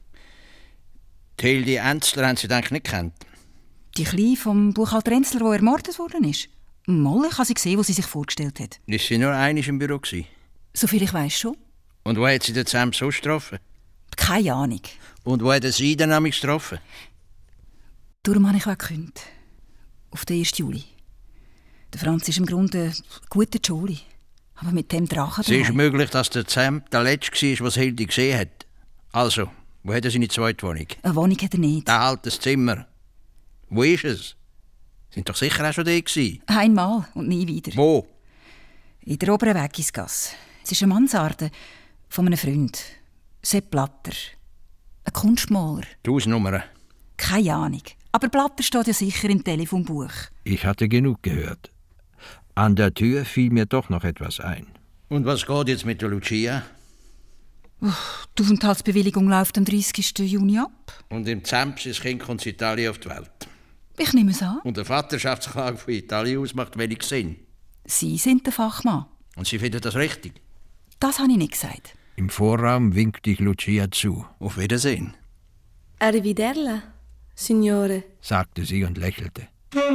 Die Hilde Enzler haben Sie eigentlich nicht gekannt? Die Kleine vom Buchhalter Enzler, die ermordet worden ist? Mal, ich habe sie gesehen, wo sie sich vorgestellt hat. Ist sie nur einmal im Büro gewesen? Soviel ich weiss schon. Und wo hat sie den Zemp so getroffen? Keine Ahnung. Und wo hat er sie dann nämlich getroffen? Darum habe ich auch gekündigt. Auf den ersten Juli. Der Franz ist im Grunde ein guter Jolie. Aber mit dem Drachen... Es ist möglich, dass der Zemp der Letzte war, was Hilde gesehen hat. Also, wo hat er seine zweite Wohnung? Eine Wohnung hat er nicht. Ein altes Zimmer. Wo ist es? Sind doch sicher auch schon die gewesen. Einmal und nie wieder. Wo? In der oberen Wegisgasse. Es ist eine Mansarde von einem Freund. Sepp Blatter. Ein Kunstmaler. Die Hausnummer? Keine Ahnung. Aber Blatter steht ja sicher im Telefonbuch. Ich hatte genug gehört. An der Tür fiel mir doch noch etwas ein. Und was geht jetzt mit der Lucia? Uff, die Aufenthaltsbewilligung läuft am dreißigsten Juni ab. Und im Zemp sein Kind kommt aus Italien auf die Welt. Ich nehme es an. Und der Vaterschaftsklage von Italien aus macht wenig Sinn. Sie sind der Fachmann. Und Sie finden das richtig? Das habe ich nicht gesagt. Im Vorraum winkte ich Lucia zu. Auf Wiedersehen. Arrivederla, Signore, sagte sie und lächelte.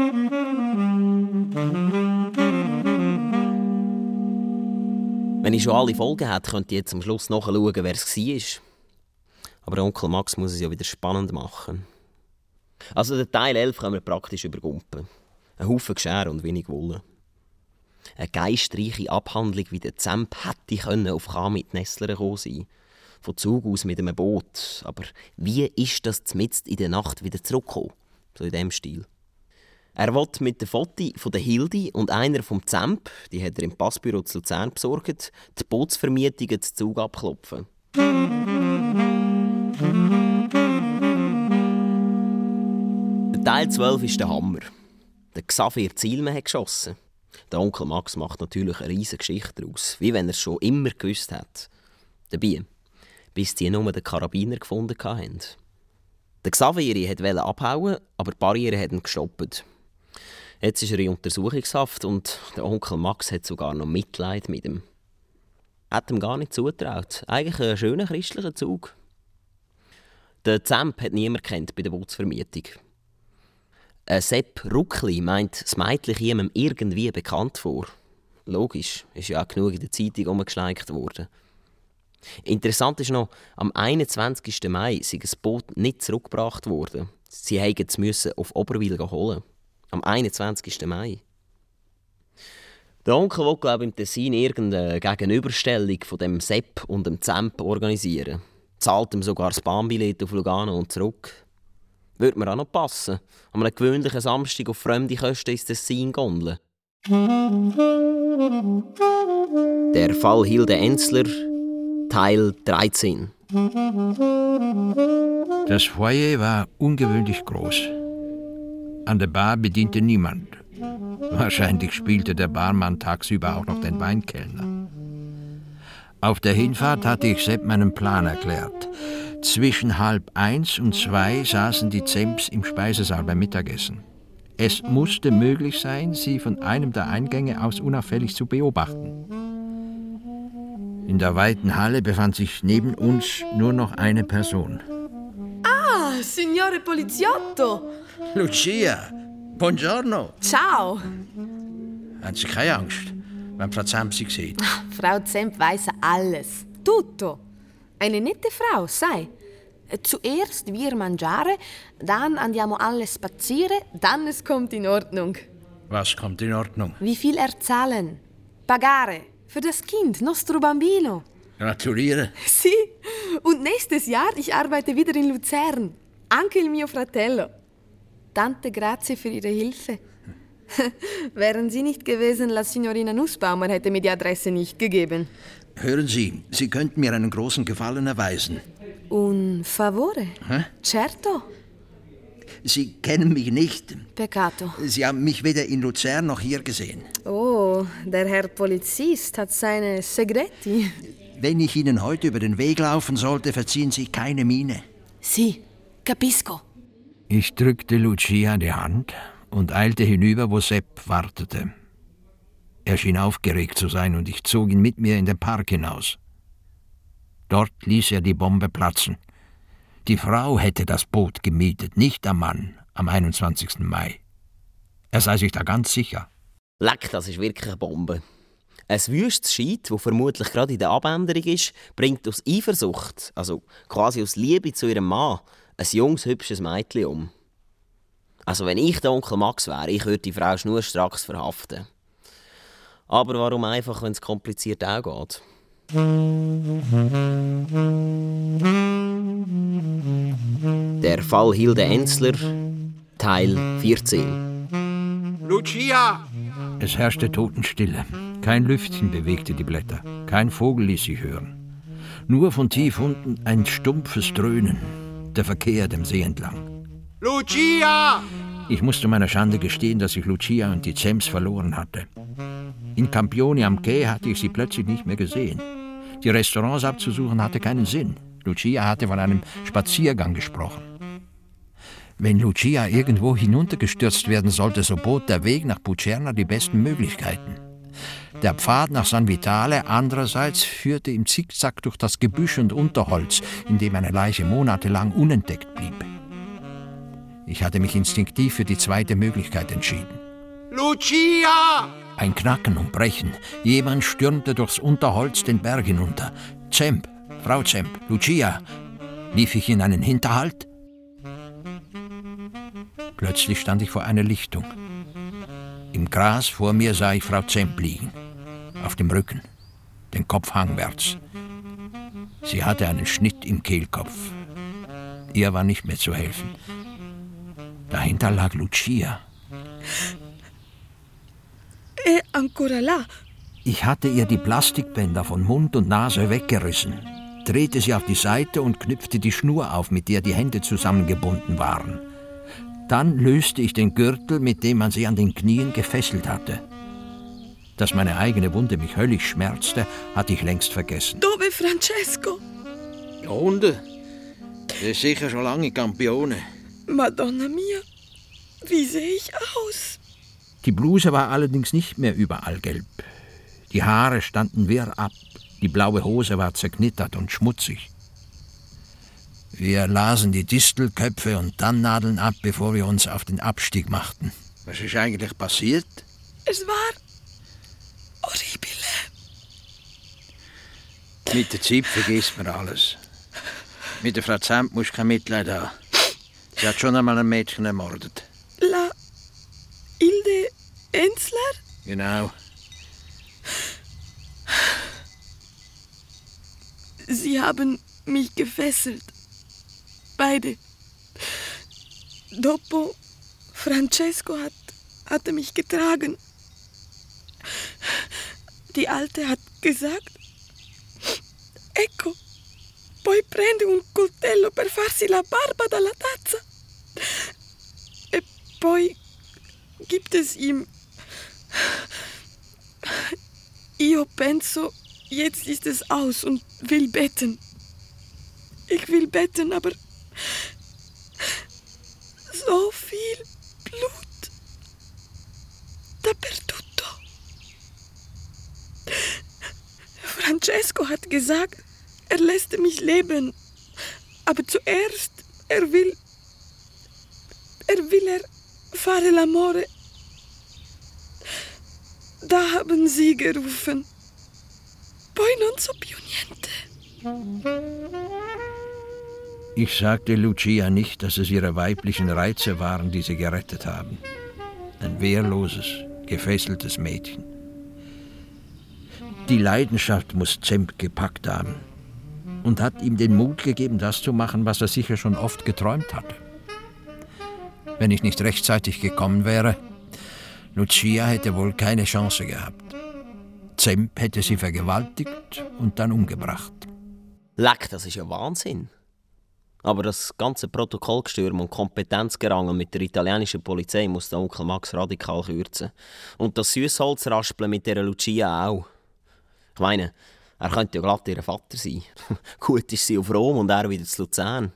Wenn ich schon alle Folgen hätte, könnte ich jetzt am Schluss nachschauen, wer es war. Aber Onkel Max muss es ja wieder spannend machen. Also den Teil elf können wir praktisch übergumpen. Ein Haufen Geschirr und wenig Wolle. Eine geistreiche Abhandlung, wie der Zemp hätte können auf Cham mit Nessler gekommen sein. Von Zug aus mit einem Boot. Aber wie ist das mitten in der Nacht wieder zurückgekommen? So in diesem Stil. Er will mit der Foti von der Hilde und einer vom Zemp, die hat er im Passbüro zu Luzern besorgt, die Bootsvermietungen zu Zug abklopfen. Der Teil zwölf ist der Hammer. Der Xavier Zielmann hat geschossen. Der Onkel Max macht natürlich eine riesige Geschichte daraus, wie wenn er es schon immer gewusst hat. Dabei, bis die nur den Karabiner gefunden hatten. Der Xavier wollte abhauen, aber die Barriere hat ihn gestoppt. Jetzt ist er in Untersuchungshaft und der Onkel Max hat sogar noch Mitleid mit ihm. Er hat ihm gar nicht zugetraut. Eigentlich ein schöner christlicher Zug. Der Zemp hat niemand kennt bei der Bootsvermietung. Ein Sepp Ruckli meint, das Mädchen käme ihm irgendwie bekannt vor. Logisch, ist ja auch genug in der Zeitung umgeschleikt worden. Interessant ist noch, am einundzwanzigsten Mai sei das Boot nicht zurückgebracht worden. Sie mussten es auf Oberwil holen. Am einundzwanzigsten Mai. Der Onkel will, glaube ich, im Tessin irgendeine Gegenüberstellung von dem Sepp und dem Zemp organisieren. Zahlt ihm sogar das Bahnbillett auf Lugano und zurück. Würde mir auch noch passen. An einem gewöhnlichen Samstag auf fremde Kosten ins Tessin gondeln. Der Fall Hilde Enzler, Teil dreizehn. Das Foyer war ungewöhnlich groß. An der Bar bediente niemand. Wahrscheinlich spielte der Barmann tagsüber auch noch den Weinkellner. Auf der Hinfahrt hatte ich Sepp meinen Plan erklärt. Zwischen halb eins und zwei saßen die Zemps im Speisesaal beim Mittagessen. Es musste möglich sein, sie von einem der Eingänge aus unauffällig zu beobachten. In der weiten Halle befand sich neben uns nur noch eine Person. Ah, Signore Poliziotto! Lucia, buongiorno. Ciao! Haben Sie keine Angst, wenn Frau Zemp Sie sieht? Frau Zemp weiss alles. Tutto. Eine nette Frau, sai. Zuerst wir mangiare, dann andiamo alle spaziere, dann es kommt in Ordnung. Was kommt in Ordnung? Wie viel er zahlen? Pagare. Für das Kind, nostro bambino. Gratuliere. Si. Und nächstes Jahr, ich arbeite wieder in Luzern. Anche il mio fratello. Tante grazie für Ihre Hilfe. Wären Sie nicht gewesen, la Signorina Nussbaumer hätte mir die Adresse nicht gegeben. Hören Sie, Sie könnten mir einen großen Gefallen erweisen. Un favore? Hä? Certo. Sie kennen mich nicht. Peccato. Sie haben mich weder in Luzern noch hier gesehen. Oh, der Herr Polizist hat seine Segreti. Wenn ich Ihnen heute über den Weg laufen sollte, verziehen Sie keine Miene. Si, capisco. Ich drückte Lucia die Hand und eilte hinüber, wo Sepp wartete. Er schien aufgeregt zu sein und ich zog ihn mit mir in den Park hinaus. Dort ließ er die Bombe platzen. Die Frau hätte das Boot gemietet, nicht der Mann, am einundzwanzigsten Mai. Er sei sich da ganz sicher. Leck, das ist wirklich eine Bombe. Ein wüstes Scheit, das vermutlich gerade in der Abänderung ist, bringt aus Eifersucht, also quasi aus Liebe zu ihrem Mann, ein junges, hübsches Mädchen um. Also wenn ich der Onkel Max wäre, ich würde die Frau schnurstracks verhaften. Aber warum einfach, wenn es kompliziert auch geht? Der Fall Hilde Enzler, Teil vierzehn. Lucia! Es herrschte Totenstille. Kein Lüftchen bewegte die Blätter. Kein Vogel ließ sich hören. Nur von tief unten ein stumpfes Dröhnen. Der Verkehr dem See entlang. Lucia! Ich musste meiner Schande gestehen, dass ich Lucia und die Zems verloren hatte. In Campioni am Quai hatte ich sie plötzlich nicht mehr gesehen. Die Restaurants abzusuchen hatte keinen Sinn. Lucia hatte von einem Spaziergang gesprochen. Wenn Lucia irgendwo hinuntergestürzt werden sollte, so bot der Weg nach Bucerna die besten Möglichkeiten. Der Pfad nach San Vitale andererseits führte im Zickzack durch das Gebüsch und Unterholz, in dem eine Leiche monatelang unentdeckt blieb. Ich hatte mich instinktiv für die zweite Möglichkeit entschieden. Lucia! Ein Knacken und Brechen. Jemand stürmte durchs Unterholz den Berg hinunter. Zemp, Frau Zemp, Lucia. Lief ich in einen Hinterhalt? Plötzlich stand ich vor einer Lichtung. Im Gras vor mir sah ich Frau Zemp liegen. Auf dem Rücken, den Kopf hangwärts. Sie hatte einen Schnitt im Kehlkopf. Ihr war nicht mehr zu helfen. Dahinter lag Lucia. È ancora là. Ich hatte ihr die Plastikbänder von Mund und Nase weggerissen, drehte sie auf die Seite und knüpfte die Schnur auf, mit der die Hände zusammengebunden waren. Dann löste ich den Gürtel, mit dem man sie an den Knien gefesselt hatte. Dass meine eigene Wunde mich höllisch schmerzte, hatte ich längst vergessen. Dove Francesco? Da unten. Der ist sicher schon lange in Campione. Madonna mia, wie sehe ich aus? Die Bluse war allerdings nicht mehr überall gelb. Die Haare standen wirr ab. Die blaue Hose war zerknittert und schmutzig. Wir lasen die Distelköpfe und Tannennadeln ab, bevor wir uns auf den Abstieg machten. Was ist eigentlich passiert? Es war horribile. Mit der Zeit vergisst man alles. Mit der Frau Zemp musst du kein Mitleid haben. Sie hat schon einmal ein Mädchen ermordet. La Hilde Enzler? Genau. Sie haben mich gefesselt. Beide. Dopo Francesco hat, hatte mich getragen. Die Alte hat gesagt, ecco, poi prende un coltello per farsi la barba dalla tazza. E poi gibt es ihm. Io penso, jetzt ist es aus und will betten. Ich will betten, aber so viel Blut. Dappertutto. Francesco hat gesagt, er lässt mich leben. Aber zuerst, er will, er will er fare l'amore. Da haben sie gerufen. Poi non so più niente. Ich sagte Lucia nicht, dass es ihre weiblichen Reize waren, die sie gerettet haben. Ein wehrloses, gefesseltes Mädchen. Die Leidenschaft muss Zemp gepackt haben und hat ihm den Mut gegeben, das zu machen, was er sicher schon oft geträumt hatte. Wenn ich nicht rechtzeitig gekommen wäre, Lucia hätte wohl keine Chance gehabt. Zemp hätte sie vergewaltigt und dann umgebracht. Leck, das ist ja Wahnsinn. Aber das ganze Protokollgestürm und Kompetenzgerangel mit der italienischen Polizei muss der Onkel Max radikal kürzen. Und das Süssholzraspeln mit dieser Lucia auch. Ich meine, er könnte ja glatt ihr Vater sein. Gut ist sie auf Rom und er wieder zu Luzern.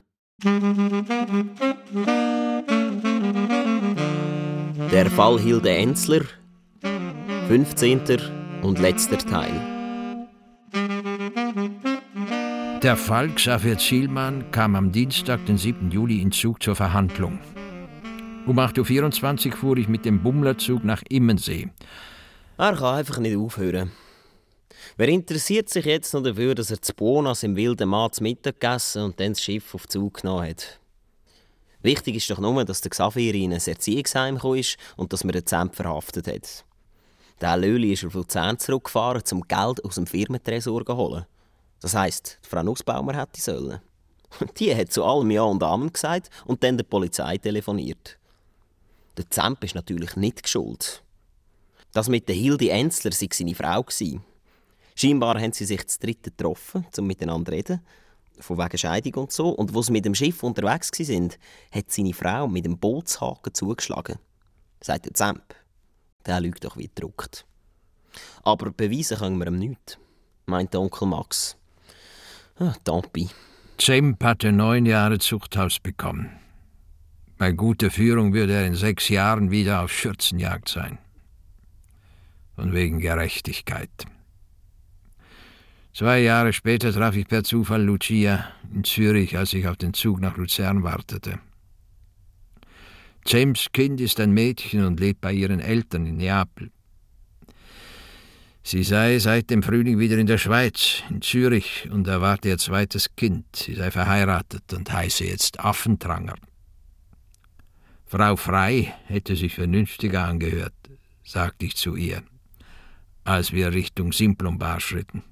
Der Fall Hilde Enzler, fünfzehnter und letzter Teil. Der Fall Xaver Zielmann kam am Dienstag, den siebten Juli, in Zug zur Verhandlung. Um acht Uhr vierundzwanzig fuhr ich mit dem Bummlerzug nach Immensee. Er kann einfach nicht aufhören. Wer interessiert sich jetzt noch dafür, dass er zu Bonas im wilden Mann zu Mittag gegessen und dann das Schiff auf Zug genommen hat? Wichtig ist doch nur, dass der Xavier in ein Erziehungsheim gekommen ist und dass man den Zemp verhaftet hat. Der Löli ist auf Luzern zurückgefahren, um Geld aus dem Firmentresor zu holen. Das heisst, die Frau Nussbaumer hätte sollen. Die hat zu allem Ja und Amen gesagt und dann der Polizei telefoniert. Der Zemp ist natürlich nicht schuld. Das mit der Hilde Enzler sei seine Frau gewesen. Scheinbar haben sie sich zu dritt getroffen, um miteinander zu reden, von wegen Scheidung und so. Und als sie mit dem Schiff unterwegs waren, hat seine Frau mit dem Bootshaken zugeschlagen. Sagt der Zemp. Der lügt doch wie gedruckt. Aber beweisen können wir ihm nichts, meint Onkel Max. Ah, tant pis. Zemp hatte neun Jahre Zuchthaus bekommen. Bei guter Führung würde er in sechs Jahren wieder auf Schürzenjagd sein. Von wegen Gerechtigkeit. Zwei Jahre später traf ich per Zufall Lucia in Zürich, als ich auf den Zug nach Luzern wartete. Zemps Kind ist ein Mädchen und lebt bei ihren Eltern in Neapel. Sie sei seit dem Frühling wieder in der Schweiz, in Zürich, und erwarte ihr zweites Kind. Sie sei verheiratet und heiße jetzt Affentranger. Frau Frei hätte sich vernünftiger angehört, sagte ich zu ihr, als wir Richtung Simplonbar schritten.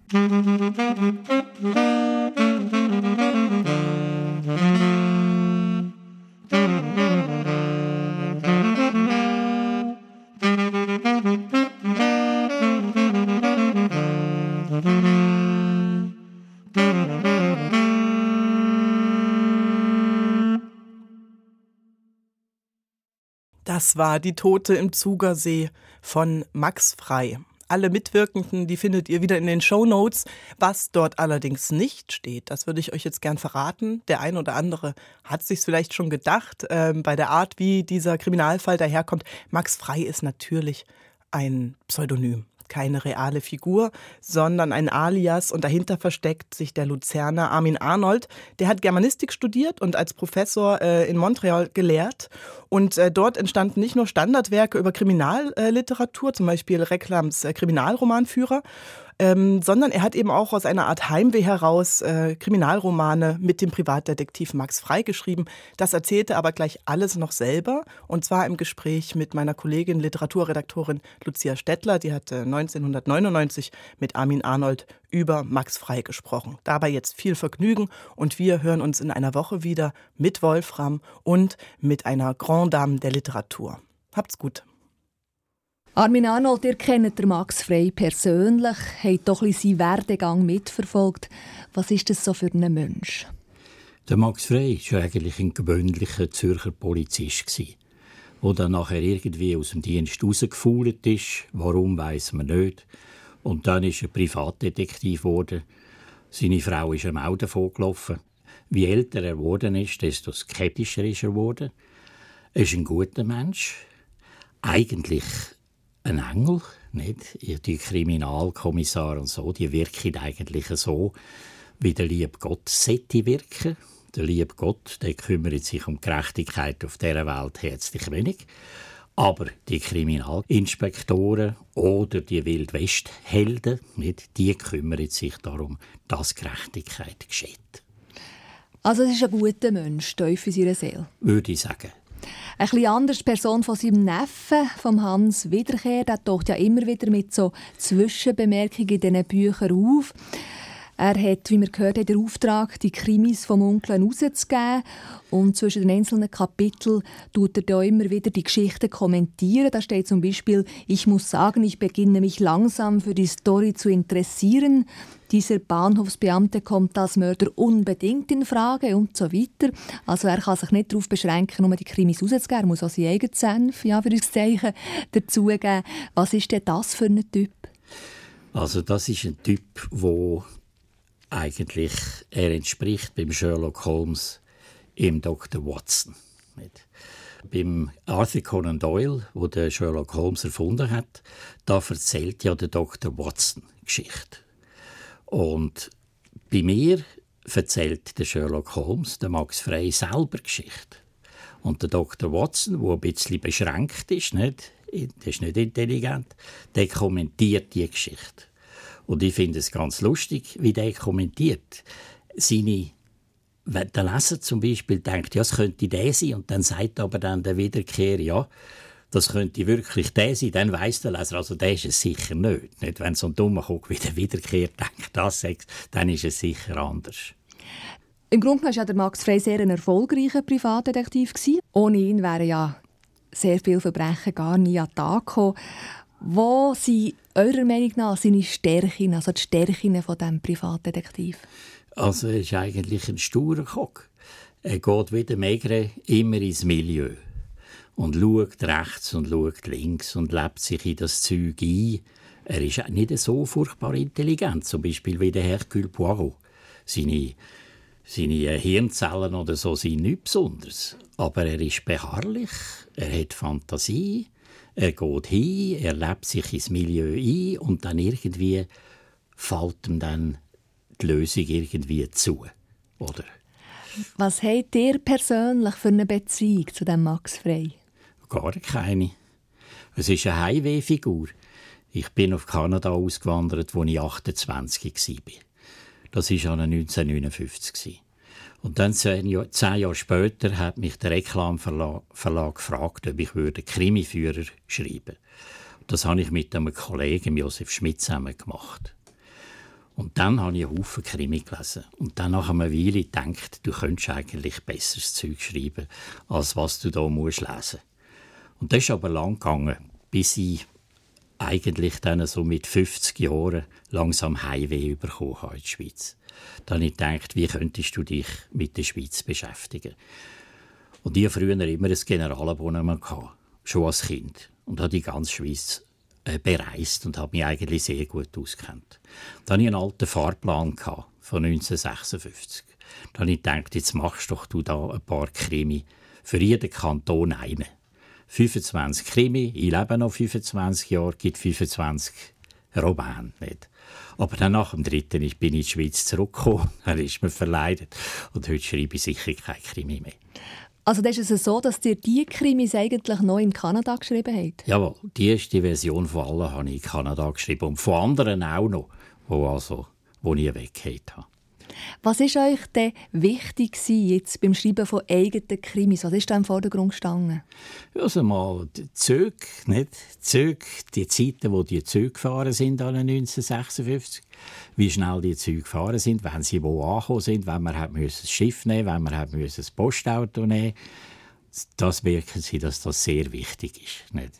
Das war Die Tote im Zugersee von Max Frei. Alle Mitwirkenden, die findet ihr wieder in den Shownotes. Was dort allerdings nicht steht, das würde ich euch jetzt gern verraten. Der ein oder andere hat sich's vielleicht schon gedacht, äh, bei der Art, wie dieser Kriminalfall daherkommt. Max Frei ist natürlich ein Pseudonym. Keine reale Figur, sondern ein Alias, und dahinter versteckt sich der Luzerner Armin Arnold. Der hat Germanistik studiert und als Professor äh, in Montreal gelehrt. Und äh, dort entstanden nicht nur Standardwerke über Kriminalliteratur, zum Beispiel Reclams äh, Kriminalromanführer, ähm, sondern er hat eben auch aus einer Art Heimweh heraus äh, Kriminalromane mit dem Privatdetektiv Max Frei geschrieben. Das erzählte aber gleich alles noch selber, und zwar im Gespräch mit meiner Kollegin, Literaturredaktorin Lucia Stettler. Die hat äh, neunzehnhundertneunundneunzig mit Armin Arnold über Max Frei gesprochen. Dabei jetzt viel Vergnügen, und wir hören uns in einer Woche wieder mit Wolfram und mit einer Grande Dame der Literatur. Habt's gut. Armin Arnold, ihr kennt den Max Frei persönlich, habt doch ein bisschen seinen Werdegang mitverfolgt. Was ist das so für ein Mensch? Der Max Frei war eigentlich ein gewöhnlicher Zürcher Polizist, der dann nachher irgendwie aus dem Dienst rausgefault ist. Warum, weiss man nicht. Und dann ist er Privatdetektiv geworden. Seine Frau ist ihm auch davon gelaufen. Je älter er geworden ist, desto skeptischer ist er geworden. Er ist ein guter Mensch. Eigentlich ein Engel. Nicht? Die Kriminalkommissare und so, die wirken eigentlich so, wie der liebe Gott sollte wirken. Der liebe Gott, der kümmert sich um Gerechtigkeit auf dieser Welt herzlich wenig. Aber die Kriminalinspektoren oder die Wildwest-Helden, nicht, die kümmern sich darum, dass Gerechtigkeit geschieht. Also es ist ein guter Mensch, tief in seiner Seele. Würde ich sagen. Ein bisschen anders die Person von seinem Neffen, vom Hans Wiederkehr, der taucht ja immer wieder mit so Zwischenbemerkungen in diesen Büchern auf. Er hat, wie wir gehört haben, den Auftrag, die Krimis vom Onkel herauszugeben. Und zwischen den einzelnen Kapiteln tut er da immer wieder die Geschichten kommentieren. Da steht zum Beispiel: Ich muss sagen, ich beginne mich langsam für die Story zu interessieren. Dieser Bahnhofsbeamte kommt als Mörder unbedingt in Frage und so weiter. Also er kann sich nicht darauf beschränken, um die Krimis rauszugeben. Er muss auch seinen eigenen Senf, ja, für das Zeichen dazugeben. Was ist denn das für ein Typ? Also das ist ein Typ, der eigentlich, er entspricht beim Sherlock Holmes im Doktor Watson. Nicht? Beim Arthur Conan Doyle, wo der Sherlock Holmes erfunden hat, da erzählt ja der Doktor Watson Geschichte. Und bei mir erzählt der Sherlock Holmes, der Max Frei, selber Geschichte. Und der Doktor Watson, der ein bisschen beschränkt ist, nicht? der ist nicht intelligent, der kommentiert die Geschichte. Und ich finde es ganz lustig, wie der kommentiert. Seine, wenn der Leser zum Beispiel denkt, ja, es könnte der sein, und dann sagt aber dann der Wiederkehr, ja, das könnte wirklich der sein, dann weiss der Leser, also der ist es sicher nicht. nicht wenn so ein dummer Kopf wie der Wiederkehr denkt, das sagt, dann ist es sicher anders. Im Grunde war ja der Max Frey sehr ein erfolgreicher Privatdetektiv. Ohne ihn wären ja sehr viele Verbrechen gar nie an den Tag gekommen. Wo sind eurer Meinung nach seine Stärken, also die Stärken von diesem Privatdetektiv? Also er ist eigentlich ein sturer Kock. Er geht wie der Maigret immer ins Milieu und schaut rechts und schaut links und lebt sich in das Zeug ein. Er ist nicht so furchtbar intelligent, zum Beispiel wie der Hercule Poirot. Seine, seine Hirnzellen oder so sind nichts Besonderes. Aber er ist beharrlich, er hat Fantasie, er geht hin, er lebt sich ins Milieu ein und dann irgendwie fällt ihm dann die Lösung irgendwie zu, oder? Was habt ihr persönlich für eine Beziehung zu dem Max Frey? Gar keine. Es ist eine Heimwehfigur. Ich bin auf Kanada ausgewandert, als ich achtundzwanzig war. Das war neunzehnhundertneunundfünfzig. Und dann, zehn Jahre, zehn Jahre später, hat mich der Reklamverlag Verlag gefragt, ob ich einen Krimiführer schreiben würde. Das habe ich mit einem Kollegen, Josef Schmidt, zusammen gemacht. Und dann habe ich einen Haufen Krimi gelesen. Und dann nach einer Weile gedacht, du könntest eigentlich besseres Zeug schreiben, als was du da musst lesen. Und das ist aber lang gegangen, bis ich eigentlich dann so mit fünfzig Jahren langsam Heimweh bekommen habe in der Schweiz. Dann habe ich gedacht, wie könntest du dich mit der Schweiz beschäftigen? Und ich hatte früher immer ein Generalabonnement, schon als Kind. Und habe die ganze Schweiz äh, bereist und habe mich eigentlich sehr gut ausgekannt. Dann hatte ich einen alten Fahrplan von neunzehnhundertsechsundfünfzig. Dann habe ich gedacht, jetzt machst doch du da ein paar Krimi für jeden Kanton einen. fünfundzwanzig Krimi, ich lebe noch fünfundzwanzig Jahre, gibt fünfundzwanzig Romane. Nicht? Aber dann nach dem dritten bin ich in die Schweiz zurückgekommen, er ist mir verleidet und heute schreibe ich sicher kein Krimi mehr. Also das ist es so, dass ihr die Krimis eigentlich noch in Kanada geschrieben habt? Jawohl, die erste Version von allen habe ich in Kanada geschrieben und von anderen auch noch, wo, also, wo ich weggehört habe. Was war euch denn wichtig jetzt beim Schreiben von eigenen Krimis? Was ist da im Vordergrund gestanden? Also mal die Züge, nicht? Die Züge, die Zeiten, wo die Züge gefahren sind, neunzehnhundertsechsundfünfzig. Wie schnell die Züge gefahren sind, wenn sie wo angekommen sind, wenn man hat das Schiff nehmen musste, wenn man hat das Postauto nehmen musste. Das merken sie, dass das sehr wichtig ist. Nicht?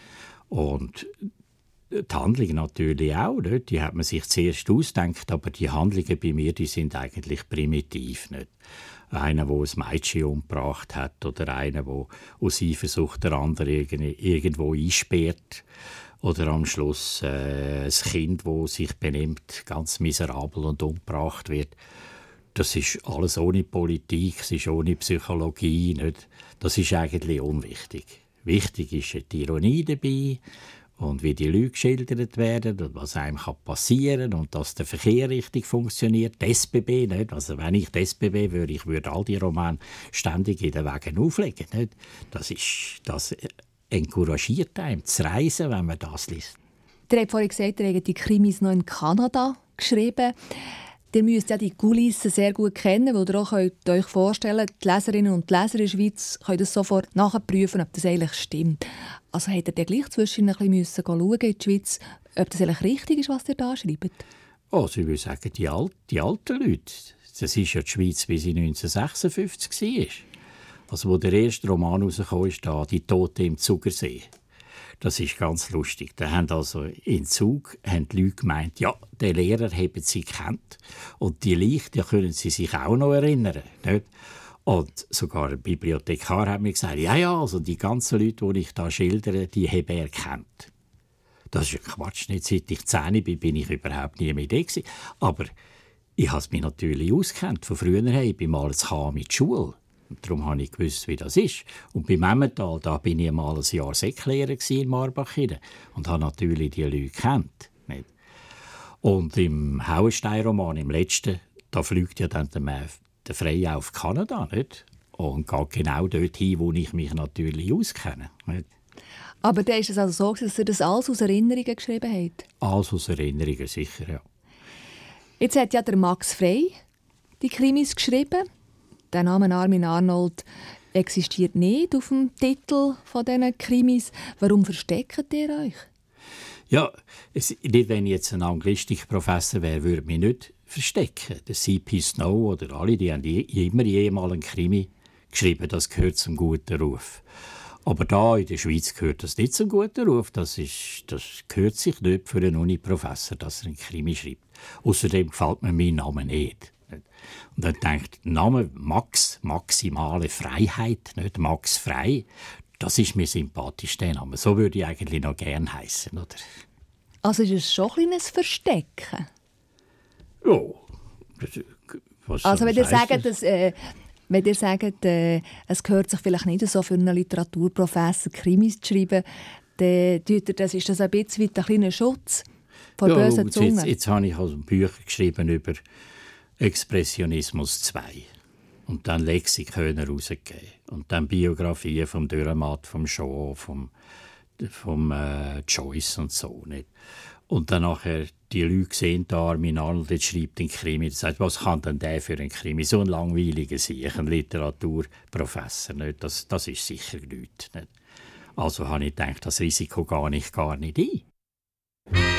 Und die Handlung natürlich auch, nicht? Die hat man sich zuerst ausgedacht, aber die Handlungen bei mir, die sind eigentlich primitiv. Nicht? Einer, der ein Mädchen umgebracht hat oder einer, der aus Eifersucht der andere irgendwo einsperrt oder am Schluss äh, ein Kind, das sich benimmt, ganz miserabel und umgebracht wird. Das ist alles ohne Politik, es ist ohne Psychologie. Nicht? Das ist eigentlich unwichtig. Wichtig ist die Ironie dabei, und wie die Leute geschildert werden und was einem passieren kann und dass der Verkehr richtig funktioniert. Die S B B, nicht? Also wenn ich die S B B würde, ich würde all die Romane ständig in den Wegen auflegen. Nicht? Das, ist, das encouragiert einem zu reisen, wenn man das liest. Ihr habt vorhin gesagt, ihr habt die Krimis noch in Kanada geschrieben. Ihr müsst ja die Kulissen sehr gut kennen, weil ihr auch könnt euch vorstellen könnt, die Leserinnen und Leser in der Schweiz können das sofort nachprüfen, ob das eigentlich stimmt. Also habt ihr dann gleich zwischen ein bisschen schauen in der Schweiz, ob das eigentlich richtig ist, was ihr da schreibt? Also ich würde sagen, die, Al- die alten Leute, das ist ja die Schweiz, wie sie neunzehnhundertsechsundfünfzig war. Also wo der erste Roman rauskam, ist da «Die Tote im Zugersee». Das ist ganz lustig. Da haben also in Zug haben die Leute gemeint, ja, den Lehrer haben sie gekannt. Und die Leiche, die können sie sich auch noch erinnern. Nicht? Und sogar ein Bibliothekar hat mir gesagt, ja, ja, also die ganzen Leute, die ich da schildere, die habe er gekannt. Das ist ja Quatsch. Nicht seit ich zehn bin, bin ich überhaupt nie mehr da gewesen. Aber ich habe es mich natürlich ausgekannt. Von früher her, ich bin mal zu Cham mit der Schule. Und darum habe ich gewusst, wie das ist. Und beim Emmental, da bin ich mal ein Jahr Säcklehrer in Marbach und habe natürlich die Leute gekannt. Nicht? Und im Hauenstein-Roman, im letzten, da fliegt ja dann der, der Frey auf Kanada, nicht? Und geht genau dorthin, wo ich mich natürlich auskenne. Nicht? Aber dann ist es also so, dass er das alles aus Erinnerungen geschrieben hat? Alles aus Erinnerungen, sicher, ja. Jetzt hat ja der Max Frey die Krimis geschrieben. Der Name Armin Arnold existiert nicht auf dem Titel von diesen Krimis. Warum versteckt ihr euch? Ja, es, nicht, wenn ich jetzt ein Anglistikprofessor wäre, würde ich mich nicht verstecken. Der C P Snow oder alle, die haben je, immer jemals einen Krimi geschrieben. Das gehört zum guten Ruf. Aber da in der Schweiz gehört das nicht zum guten Ruf. Das, ist, das gehört sich nicht für einen Uni-Professor, dass er einen Krimi schreibt. Außerdem gefällt mir mein Name nicht. Und dann denkt der Name Max, maximale Freiheit, nicht Max Frei. Das ist mir sympathisch, der Name. So würde ich eigentlich noch gerne heißen, oder? Also ist es schon ein kleines Verstecken? Ja. Was also wenn ihr heissen? sagt, dass, äh, wenn ihr sagt, äh, es gehört sich vielleicht nicht so für einen Literaturprofessor Krimis zu schreiben, dann tut ihr das, ist das ein bisschen wie ein kleiner Schutz vor ja, bösen Zungen? Jetzt, jetzt habe ich also Bücher geschrieben über Expressionismus zwei. Und dann Lexikon herausgegeben. Und dann Biografien vom Dürrenmatt, vom Shaw, vom, vom äh, Joyce und so. Nicht? Und dann nachher die Leute sehen, da Armin Arnold jetzt schreibt einen Krimi. Sagt, was kann denn der für ein Krimi? So ein langweiliger Sieg, ein Literaturprofessor. Nicht? Das, das ist sicher nichts. Nicht? Also habe ich gedacht, das Risiko gar nicht, gar nicht ein.